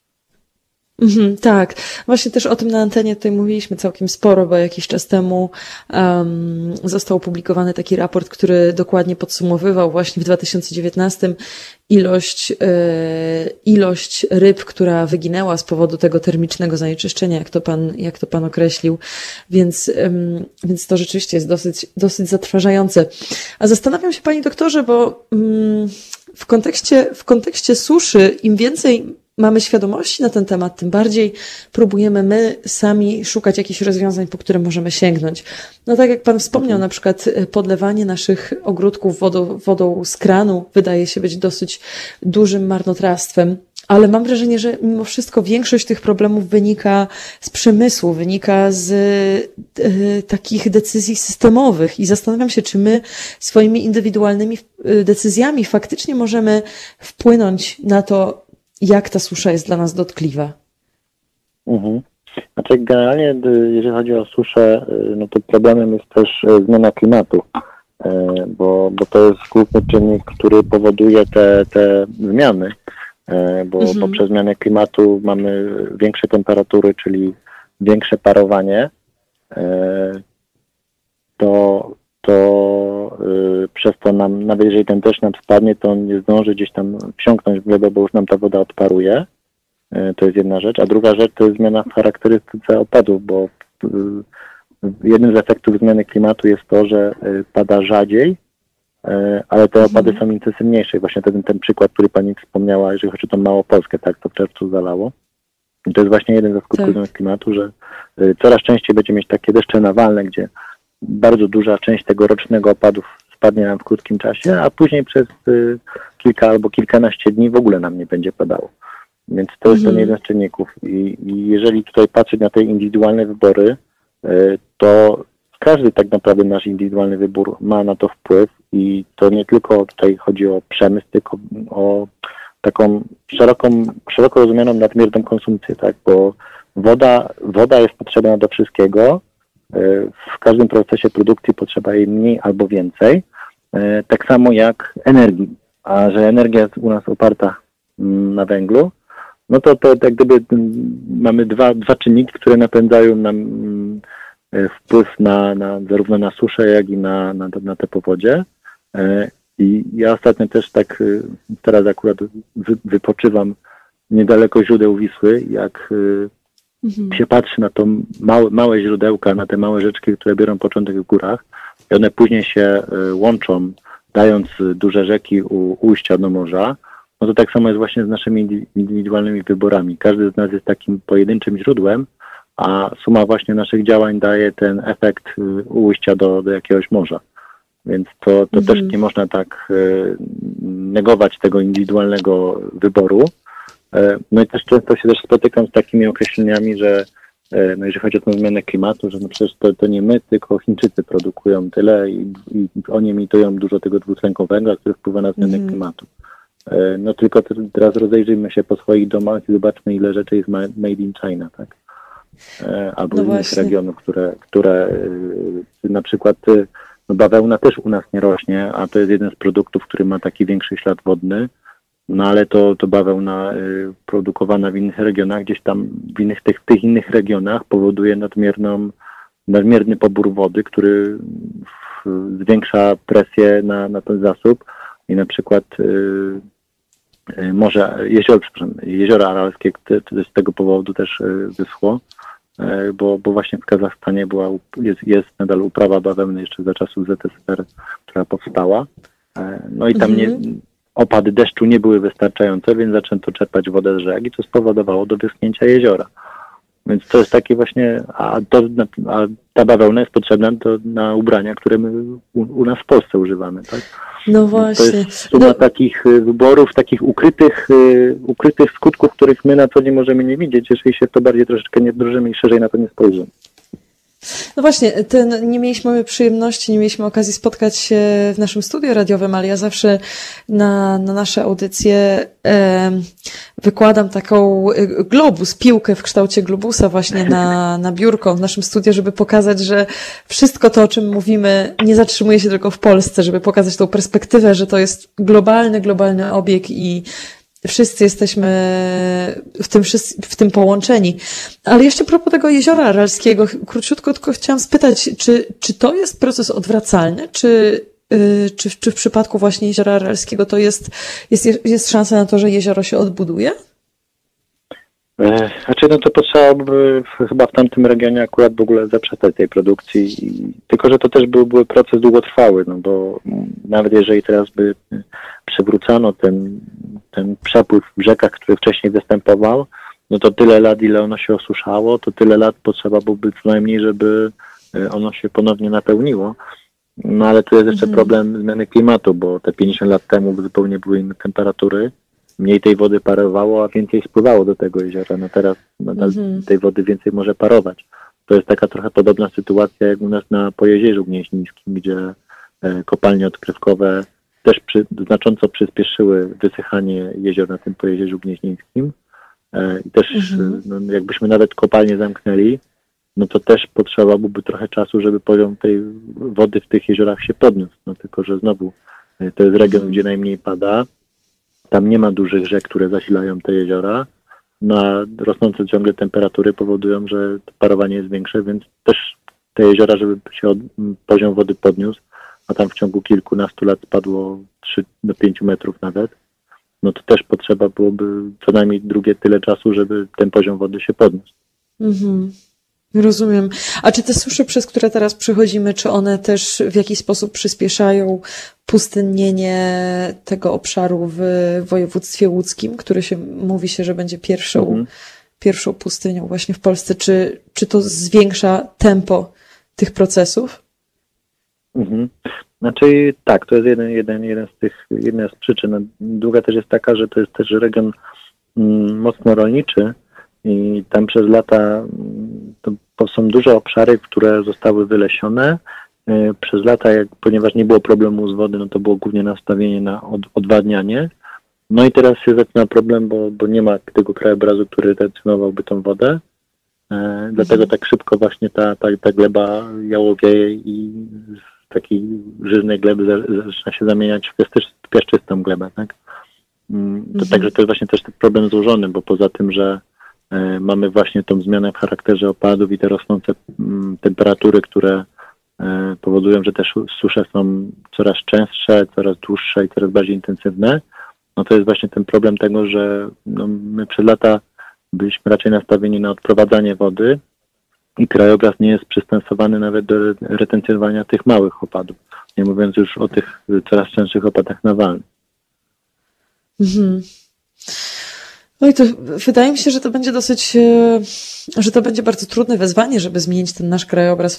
Tak, właśnie też o tym na antenie tutaj mówiliśmy całkiem sporo, bo jakiś czas temu został opublikowany taki raport, który dokładnie podsumowywał właśnie w 2019 ilość ryb, która wyginęła z powodu tego termicznego zanieczyszczenia, jak to pan określił, więc to rzeczywiście jest dosyć zatrważające. A zastanawiam się, panie doktorze, bo w kontekście suszy im więcej mamy świadomości na ten temat, tym bardziej próbujemy my sami szukać jakichś rozwiązań, po które możemy sięgnąć. No tak jak pan wspomniał, na przykład podlewanie naszych ogródków wodą z kranu wydaje się być dosyć dużym marnotrawstwem, ale mam wrażenie, że mimo wszystko większość tych problemów wynika z przemysłu, wynika z takich decyzji systemowych i zastanawiam się, czy my swoimi indywidualnymi decyzjami faktycznie możemy wpłynąć na to, jak ta susza jest dla nas dotkliwa. Znaczy generalnie, jeżeli chodzi o suszę, no to problemem jest też zmiana klimatu, bo to jest główny czynnik, który powoduje te zmiany, bo poprzez zmianę klimatu mamy większe temperatury, czyli większe parowanie, to przez to nam, nawet jeżeli ten deszcz nam spadnie, to on nie zdąży gdzieś tam wsiąknąć w glebę, bo już nam ta woda odparuje. To jest jedna rzecz. A druga rzecz to jest zmiana w charakterystyce opadów, bo jednym z efektów zmiany klimatu jest to, że pada rzadziej, ale te opady są intensywniejsze. Właśnie ten przykład, który pani wspomniała, jeżeli chodzi o tą Małopolskę, tak, to w czerwcu zalało. I to jest właśnie jeden ze skutków zmiany klimatu, że coraz częściej będziemy mieć takie deszcze nawalne, gdzie bardzo duża część tego rocznego opadów spadnie nam w krótkim czasie, a później przez kilka albo kilkanaście dni w ogóle nam nie będzie padało. Więc to jest ten jeden z czynników. I jeżeli tutaj patrzeć na te indywidualne wybory, to każdy tak naprawdę nasz indywidualny wybór ma na to wpływ i to nie tylko tutaj chodzi o przemysł, tylko o taką szeroko rozumianą nadmierną konsumpcję, tak? Bo woda jest potrzebna do wszystkiego. W każdym procesie produkcji potrzeba jej mniej albo więcej. Tak samo jak energii. A że energia jest u nas oparta na węglu, no to jak gdyby mamy dwa czynniki, które napędzają nam wpływ zarówno na suszę, jak i na te powodzie. I ja ostatnio też tak teraz akurat wypoczywam niedaleko źródeł Wisły, jak się patrzy na to małe źródełka, na te małe rzeczki, które biorą początek w górach i one później się łączą, dając duże rzeki u ujścia do morza, no to tak samo jest właśnie z naszymi indywidualnymi wyborami. Każdy z nas jest takim pojedynczym źródłem, a suma właśnie naszych działań daje ten efekt ujścia do jakiegoś morza. Więc to też nie można tak negować tego indywidualnego wyboru. No i też często się spotykam z takimi określeniami, że no jeżeli chodzi o tę zmianę klimatu, że no przecież to nie my, tylko Chińczycy produkują tyle i oni emitują dużo tego dwutlenku węgla, który wpływa na zmianę klimatu. No tylko teraz rozejrzyjmy się po swoich domach i zobaczmy, ile rzeczy jest made in China, tak? Albo z innych regionów, które na przykład no bawełna też u nas nie rośnie, a to jest jeden z produktów, który ma taki większy ślad wodny no ale to bawełna produkowana w innych regionach, gdzieś tam w innych tych innych regionach powoduje nadmierny pobór wody, który zwiększa presję na ten zasób i na przykład jezioro aralskie z tego powodu też wyschło, bo właśnie w Kazachstanie jest nadal uprawa bawełny jeszcze za czasów ZSRR, która powstała. No i tam opady deszczu nie były wystarczające, więc zaczęto czerpać wodę z rzek i to spowodowało do wyschnięcia jeziora. Więc to jest takie właśnie, a ta bawełna jest potrzebna na ubrania, które my u nas w Polsce używamy, tak? No właśnie. To jest suma takich wyborów, takich ukrytych skutków, których my na co nie możemy nie widzieć, jeżeli się w to bardziej troszeczkę nie wdrożymy i szerzej na to nie spojrzymy. No właśnie, nie mieliśmy przyjemności, nie mieliśmy okazji spotkać się w naszym studiu radiowym, ale ja zawsze na nasze audycje wykładam taką piłkę w kształcie globusa właśnie na biurko w naszym studiu, żeby pokazać, że wszystko to, o czym mówimy, nie zatrzymuje się tylko w Polsce, żeby pokazać tą perspektywę, że to jest globalny obieg i wszyscy jesteśmy w tym połączeni. Ale jeszcze a propos tego jeziora aralskiego, króciutko tylko chciałam spytać, czy to jest proces odwracalny, czy w przypadku właśnie jeziora aralskiego to jest szansa na to, że jezioro się odbuduje? Znaczy, no to potrzeba chyba w tamtym regionie akurat w ogóle zaprzestać tej produkcji, tylko że to też byłby proces długotrwały, no bo nawet jeżeli teraz by przywrócono ten przepływ w rzekach, który wcześniej występował, no to tyle lat, ile ono się osuszało, to tyle lat potrzeba byłoby co najmniej, żeby ono się ponownie napełniło. No ale tu jest jeszcze problem zmiany klimatu, bo te 50 lat temu zupełnie były inne temperatury, mniej tej wody parowało, a więcej spływało do tego jeziora. No teraz nadal tej wody więcej może parować. To jest taka trochę podobna sytuacja jak u nas na Pojezierzu Gnieźnieńskim, gdzie kopalnie odkrywkowe też znacząco przyspieszyły wysychanie jezior na tym Pojezierzu Gnieźnieńskim. I też no, jakbyśmy nawet kopalnie zamknęli, no to też potrzeba byłoby trochę czasu, żeby poziom tej wody w tych jeziorach się podniósł. No tylko, że znowu to jest region, gdzie najmniej pada. Tam nie ma dużych rzek, które zasilają te jeziora, no a rosnące ciągle temperatury powodują, że to parowanie jest większe, więc też te jeziora, żeby się poziom wody podniósł, a tam w ciągu kilkunastu lat spadło 3 do 5 metrów nawet, no to też potrzeba byłoby co najmniej drugie tyle czasu, żeby ten poziom wody się podniósł. Rozumiem. A czy te susze, przez które teraz przechodzimy, czy one też w jakiś sposób przyspieszają pustynnienie tego obszaru w województwie łódzkim, który mówi się, że będzie pierwszą pustynią właśnie w Polsce? Czy to zwiększa tempo tych procesów? Znaczy tak, to jest jedna z przyczyn. Druga też jest taka, że to jest też region mocno rolniczy i tam przez lata to są duże obszary, które zostały wylesione. Przez lata, ponieważ nie było problemu z wody, no to było głównie nastawienie na odwadnianie. No i teraz się zaczyna problem, bo nie ma tego krajobrazu, który retencjonowałby tą wodę. Dlatego tak szybko właśnie ta gleba jałowieje i z takiej żyznej gleby zaczyna się zamieniać w piaszczystą glebę, tak? Także to jest właśnie też problem złożony, bo poza tym, że mamy właśnie tą zmianę w charakterze opadów i te rosnące temperatury, które powodują, że te susze są coraz częstsze, coraz dłuższe i coraz bardziej intensywne. No to jest właśnie ten problem tego, że no, my przez lata byliśmy raczej nastawieni na odprowadzanie wody i krajobraz nie jest przystosowany nawet do retencjonowania tych małych opadów, nie mówiąc już o tych coraz częstszych opadach nawalnych. No i to wydaje mi się, że to będzie że to będzie bardzo trudne wyzwanie, żeby zmienić ten nasz krajobraz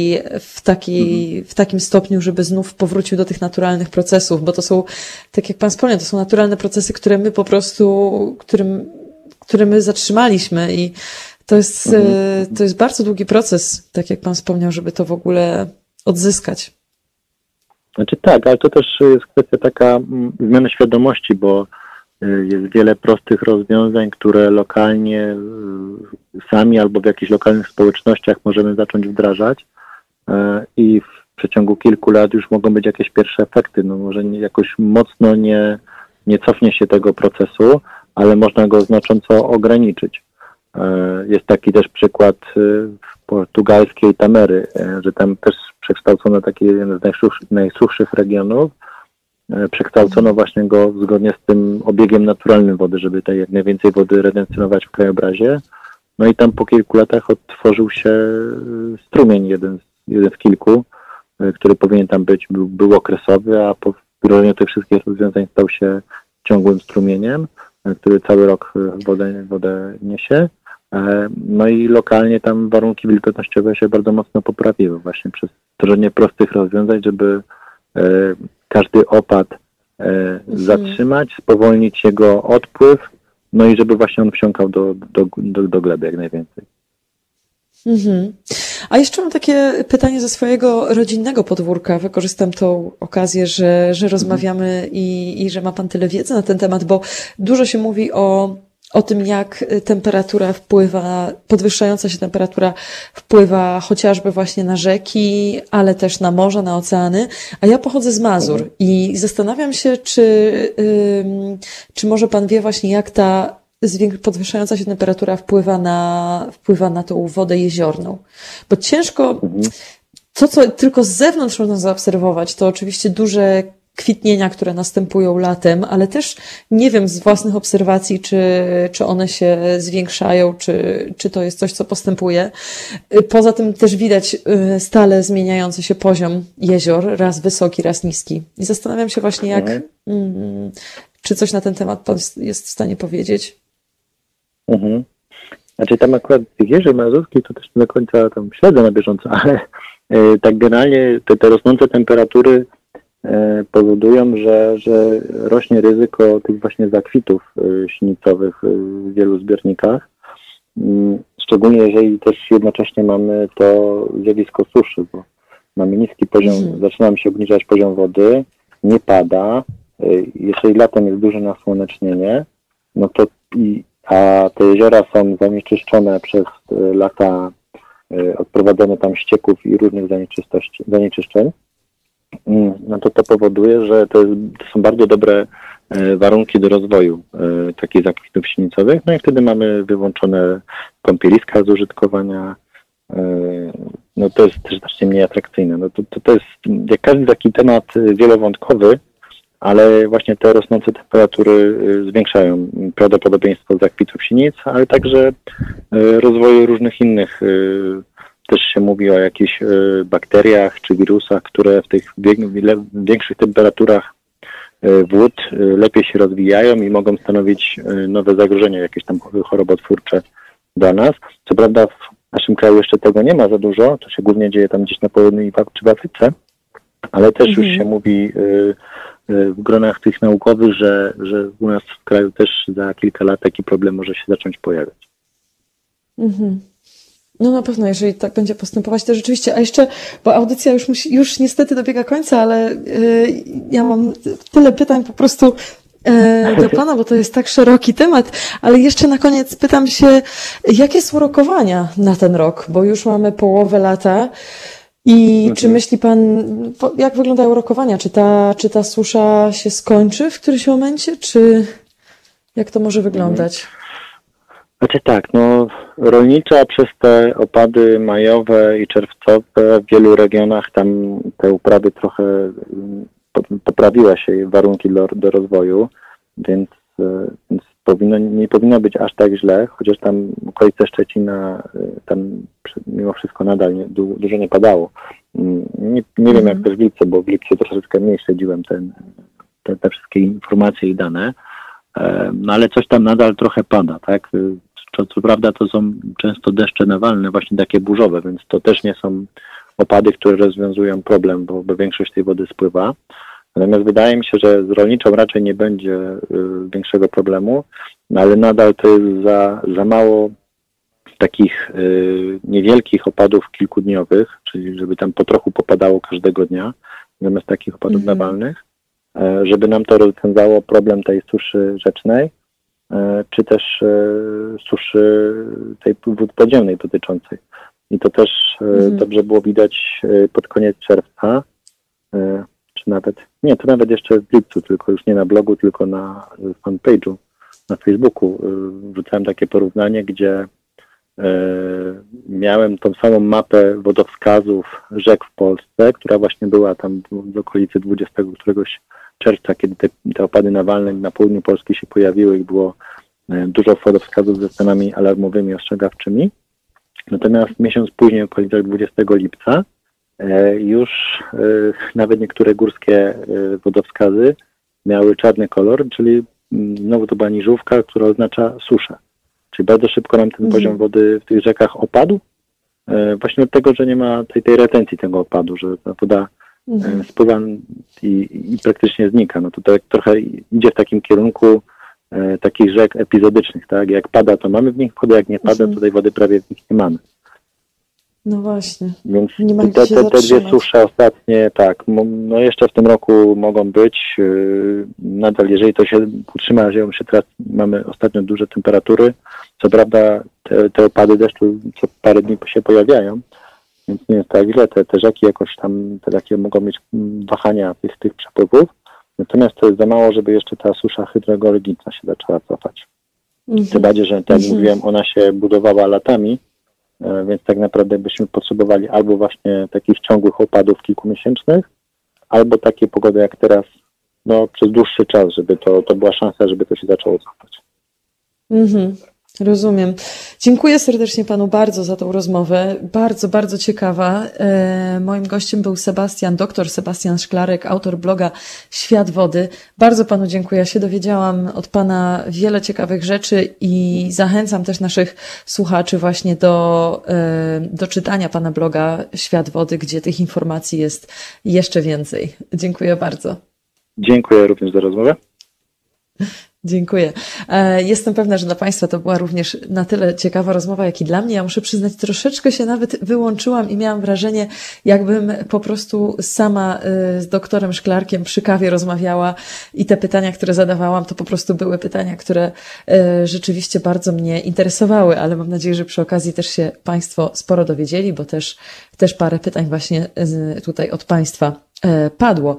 w takim stopniu, żeby znów powrócił do tych naturalnych procesów, bo to są, tak jak Pan wspomniał, to są naturalne procesy, które my po prostu, które my zatrzymaliśmy i to jest bardzo długi proces, tak jak Pan wspomniał, żeby to w ogóle odzyskać. Znaczy tak, ale to też jest kwestia taka zmiany świadomości, bo jest wiele prostych rozwiązań, które lokalnie sami albo w jakichś lokalnych społecznościach możemy zacząć wdrażać i w przeciągu kilku lat już mogą być jakieś pierwsze efekty. No może jakoś mocno nie nie cofnie się tego procesu, ale można go znacząco ograniczyć. Jest taki też przykład portugalskiej Tamery, że tam też przekształcono taki jeden z najsuchszych regionów, przekształcono właśnie go zgodnie z tym obiegiem naturalnym wody, żeby tutaj jak najwięcej wody retencjonować w krajobrazie. No i tam po kilku latach odtworzył się strumień, jeden z kilku, który powinien tam być, był okresowy, a po wdrożeniu tych wszystkich rozwiązań stał się ciągłym strumieniem, który cały rok wodę niesie. No i lokalnie tam warunki wilgotnościowe się bardzo mocno poprawiły właśnie przez wdrożenie prostych rozwiązań, żeby każdy opad zatrzymać, spowolnić jego odpływ, no i żeby właśnie on wsiąkał do gleby jak najwięcej. A jeszcze mam takie pytanie ze swojego rodzinnego podwórka. Wykorzystam tą okazję, że rozmawiamy i że ma Pan tyle wiedzy na ten temat, bo dużo się mówi o tym, jak temperatura wpływa, podwyższająca się temperatura wpływa chociażby właśnie na rzeki, ale też na morza, na oceany. A ja pochodzę z Mazur i zastanawiam się, czy może Pan wie właśnie, jak ta podwyższająca się temperatura wpływa na tą wodę jeziorną. Bo ciężko, to co tylko z zewnątrz można zaobserwować, to oczywiście duże kwitnienia, które następują latem, ale też nie wiem z własnych obserwacji, czy one się zwiększają, czy to jest coś, co postępuje. Poza tym też widać stale zmieniający się poziom jezior, raz wysoki, raz niski. I zastanawiam się właśnie, czy coś na ten temat Pan jest w stanie powiedzieć. Znaczy tam akurat tych jezior mazurskich to też nie do końca tam śledzę na bieżąco, ale tak generalnie te rosnące temperatury powodują, że rośnie ryzyko tych właśnie zakwitów sinicowych w wielu zbiornikach. Szczególnie jeżeli też jednocześnie mamy to zjawisko suszy, bo mamy niski poziom, zaczyna się obniżać poziom wody, nie pada, jeżeli latem jest duże nasłonecznienie, no to a te jeziora są zanieczyszczone przez lata odprowadzone tam ścieków i różnych zanieczyszczeń, no to powoduje, że to są bardzo dobre warunki do rozwoju takich zakwitów sinicowych, no i wtedy mamy wyłączone kąpieliska z użytkowania, no to jest też znacznie mniej atrakcyjne. No to jest jak każdy taki temat wielowątkowy, ale właśnie te rosnące temperatury zwiększają prawdopodobieństwo zakwitów sinic, ale także rozwoju różnych innych. Też się mówi o jakichś bakteriach czy wirusach, które w tych większych temperaturach wód lepiej się rozwijają i mogą stanowić nowe zagrożenia, jakieś tam chorobotwórcze dla nas. Co prawda w naszym kraju jeszcze tego nie ma za dużo, to się głównie dzieje tam gdzieś na południu czy w Afryce, ale też już się mówi w gronach tych naukowych, że u nas w kraju też za kilka lat taki problem może się zacząć pojawiać. No na pewno, jeżeli tak będzie postępować, to rzeczywiście. A jeszcze, bo audycja już niestety dobiega końca, ale ja mam tyle pytań po prostu do Pana, bo to jest tak szeroki temat, ale jeszcze na koniec pytam się, jakie są rokowania na ten rok, bo już mamy połowę lata i czy myśli Pan, jak wyglądają rokowania? Czy ta susza się skończy w którymś momencie, czy jak to może wyglądać? Znaczy tak, no rolnicza przez te opady majowe i czerwcowe w wielu regionach tam te uprawy trochę poprawiła się warunki do rozwoju, więc nie powinno być aż tak źle, chociaż tam okolice Szczecina tam mimo wszystko nadal dużo nie padało. Nie wiem jak też w Lipcu, bo w Lipcu troszeczkę mniej śledziłem te wszystkie informacje i dane, no ale coś tam nadal trochę pada, tak? Co prawda to są często deszcze nawalne, właśnie takie burzowe, więc to też nie są opady, które rozwiązują problem, bo większość tej wody spływa. Natomiast wydaje mi się, że z rolniczą raczej nie będzie większego problemu, no ale nadal to jest za mało takich niewielkich opadów kilkudniowych, czyli żeby tam po trochu popadało każdego dnia, zamiast takich opadów nawalnych, żeby nam to rozwiązało problem tej suszy rzecznej, czy też suszy tej wód podziemnej dotyczącej. I to też dobrze było widać pod koniec czerwca, czy nawet, nie, to nawet jeszcze w lipcu, tylko już nie na blogu, tylko na fanpage'u, na Facebooku wrzucałem takie porównanie, gdzie miałem tą samą mapę wodowskazów rzek w Polsce, która właśnie była tam w okolicy 20 któregoś czerwca, kiedy te opady nawalne na południu Polski się pojawiły i było dużo wodowskazów ze stanami alarmowymi, ostrzegawczymi. Natomiast miesiąc później, w okolicach 20 lipca, już nawet niektóre górskie wodowskazy miały czarny kolor, czyli znowu to była niżówka, która oznacza suszę. Czyli bardzo szybko nam ten poziom wody w tych rzekach opadł, właśnie od tego, że nie ma tej retencji tego opadu, że ta woda spływa i praktycznie znika. No to tak trochę idzie w takim kierunku takich rzek epizodycznych, tak? Jak pada, to mamy w nich wodę, jak nie pada, to tej wody prawie w nich nie mamy. No właśnie. Więc nie ma te dwie susze ostatnie, tak, no jeszcze w tym roku mogą być. Nadal, jeżeli to się utrzyma, że się teraz mamy ostatnio duże temperatury, co prawda te opady deszczu co parę dni się pojawiają, więc nie jest tak źle. Te rzeki jakoś tam, te takie mogą mieć wahania tych przepływów. Natomiast to jest za mało, żeby jeszcze ta susza hydrogeologiczna się zaczęła cofać. Tym bardziej, że tak jak mówiłem, ona się budowała latami, więc tak naprawdę byśmy potrzebowali albo właśnie takich ciągłych opadów kilkumiesięcznych, albo takie pogody jak teraz, no przez dłuższy czas, żeby to była szansa, żeby to się zaczęło cofać. Rozumiem. Dziękuję serdecznie Panu bardzo za tą rozmowę. Bardzo, bardzo ciekawa. Moim gościem był dr Sebastian Szklarek, autor bloga Świat Wody. Bardzo Panu dziękuję. Ja się dowiedziałam od Pana wiele ciekawych rzeczy i zachęcam też naszych słuchaczy właśnie do czytania Pana bloga Świat Wody, gdzie tych informacji jest jeszcze więcej. Dziękuję bardzo. Dziękuję również za rozmowę. Dziękuję. Jestem pewna, że dla Państwa to była również na tyle ciekawa rozmowa, jak i dla mnie. Ja muszę przyznać, troszeczkę się nawet wyłączyłam i miałam wrażenie, jakbym po prostu sama z doktorem Szklarkiem przy kawie rozmawiała i te pytania, które zadawałam, to po prostu były pytania, które rzeczywiście bardzo mnie interesowały, ale mam nadzieję, że przy okazji też się Państwo sporo dowiedzieli, bo też parę pytań właśnie tutaj od Państwa padło.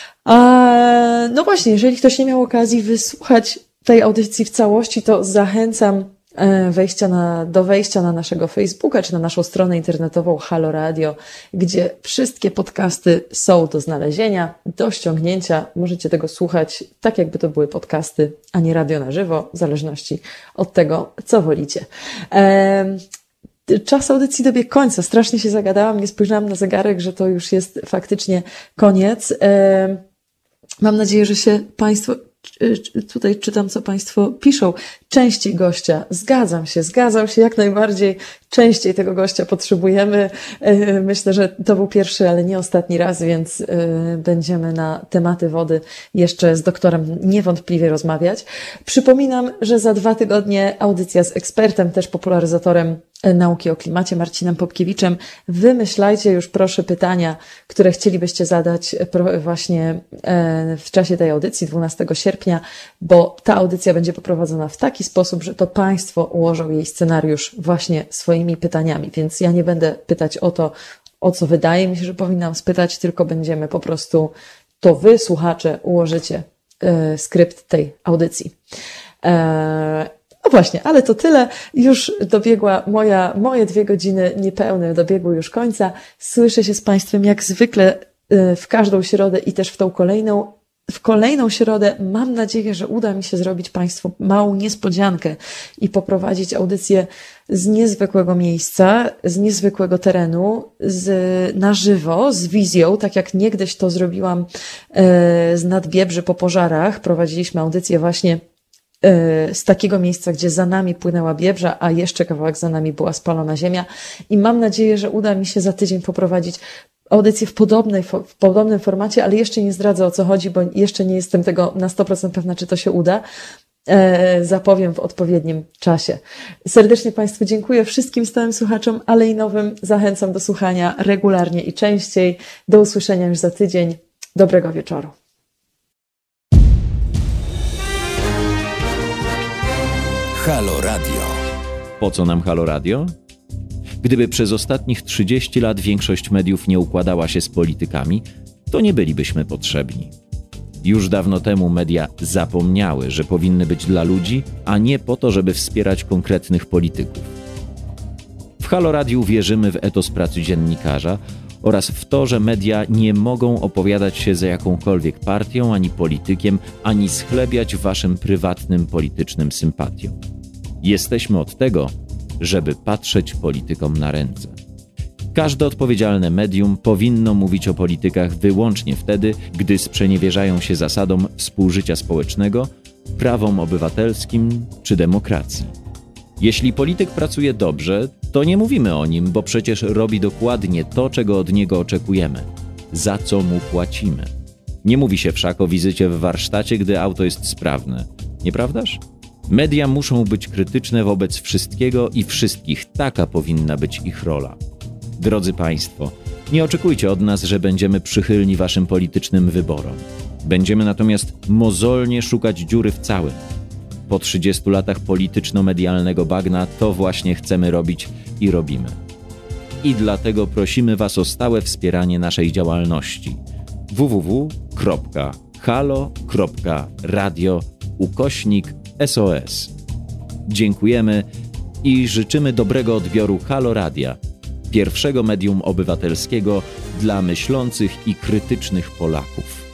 No właśnie, jeżeli ktoś nie miał okazji wysłuchać tej audycji w całości, to zachęcam do wejścia na naszego Facebooka, czy na naszą stronę internetową Halo Radio, gdzie wszystkie podcasty są do znalezienia, do ściągnięcia. Możecie tego słuchać tak, jakby to były podcasty, a nie radio na żywo, w zależności od tego, co wolicie. Czas audycji dobiegł końca. Strasznie się zagadałam, nie spojrzałam na zegarek, że to już jest faktycznie koniec. Mam nadzieję, że się Państwo, tutaj czytam, co Państwo piszą, częściej gościa. Zgadzam się jak najbardziej. Częściej tego gościa potrzebujemy. Myślę, że to był pierwszy, ale nie ostatni raz, więc będziemy na tematy wody jeszcze z doktorem niewątpliwie rozmawiać. Przypominam, że za 2 tygodnie audycja z ekspertem, też popularyzatorem nauki o klimacie, Marcinem Popkiewiczem. Wymyślajcie już proszę pytania, które chcielibyście zadać właśnie w czasie tej audycji 12 sierpnia, bo ta audycja będzie poprowadzona w taki sposób, że to Państwo ułożą jej scenariusz właśnie swoimi pytaniami, więc ja nie będę pytać o to, o co wydaje mi się, że powinnam spytać, tylko będziemy po prostu, to Wy, słuchacze, ułożycie skrypt tej audycji. No właśnie, ale to tyle. Już dobiegła moje 2 godziny niepełne, dobiegły już końca. Słyszę się z Państwem jak zwykle w każdą środę i też w tą kolejną. W kolejną środę mam nadzieję, że uda mi się zrobić Państwu małą niespodziankę i poprowadzić audycję z niezwykłego miejsca, z niezwykłego terenu, na żywo, z wizją, tak jak niegdyś to zrobiłam z Nadbiebrzy po pożarach. Prowadziliśmy audycję właśnie z takiego miejsca, gdzie za nami płynęła Biebrza, a jeszcze kawałek za nami była spalona ziemia i mam nadzieję, że uda mi się za tydzień poprowadzić audycję w podobnym formacie, ale jeszcze nie zdradzę, o co chodzi, bo jeszcze nie jestem tego na 100% pewna, czy to się uda. Zapowiem w odpowiednim czasie. Serdecznie Państwu dziękuję, wszystkim stałym słuchaczom, ale i nowym zachęcam do słuchania regularnie i częściej. Do usłyszenia już za tydzień. Dobrego wieczoru. Halo Radio. Po co nam Halo Radio? Gdyby przez ostatnich 30 lat większość mediów nie układała się z politykami, to nie bylibyśmy potrzebni. Już dawno temu media zapomniały, że powinny być dla ludzi, a nie po to, żeby wspierać konkretnych polityków. W Halo Radiu wierzymy w etos pracy dziennikarza oraz w to, że media nie mogą opowiadać się za jakąkolwiek partią ani politykiem, ani schlebiać waszym prywatnym politycznym sympatiom. Jesteśmy od tego, żeby patrzeć politykom na ręce. Każde odpowiedzialne medium powinno mówić o politykach wyłącznie wtedy, gdy sprzeniewierzają się zasadom współżycia społecznego, prawom obywatelskim czy demokracji. Jeśli polityk pracuje dobrze, to nie mówimy o nim, bo przecież robi dokładnie to, czego od niego oczekujemy, za co mu płacimy. Nie mówi się wszak o wizycie w warsztacie, gdy auto jest sprawne, nieprawdaż? Media muszą być krytyczne wobec wszystkiego i wszystkich, taka powinna być ich rola. Drodzy Państwo, nie oczekujcie od nas, że będziemy przychylni waszym politycznym wyborom. Będziemy natomiast mozolnie szukać dziury w całym. Po 30 latach polityczno-medialnego bagna to właśnie chcemy robić i robimy. I dlatego prosimy was o stałe wspieranie naszej działalności. www.halo.radio/SOS. Dziękujemy i życzymy dobrego odbioru Halo Radia, pierwszego medium obywatelskiego dla myślących i krytycznych Polaków.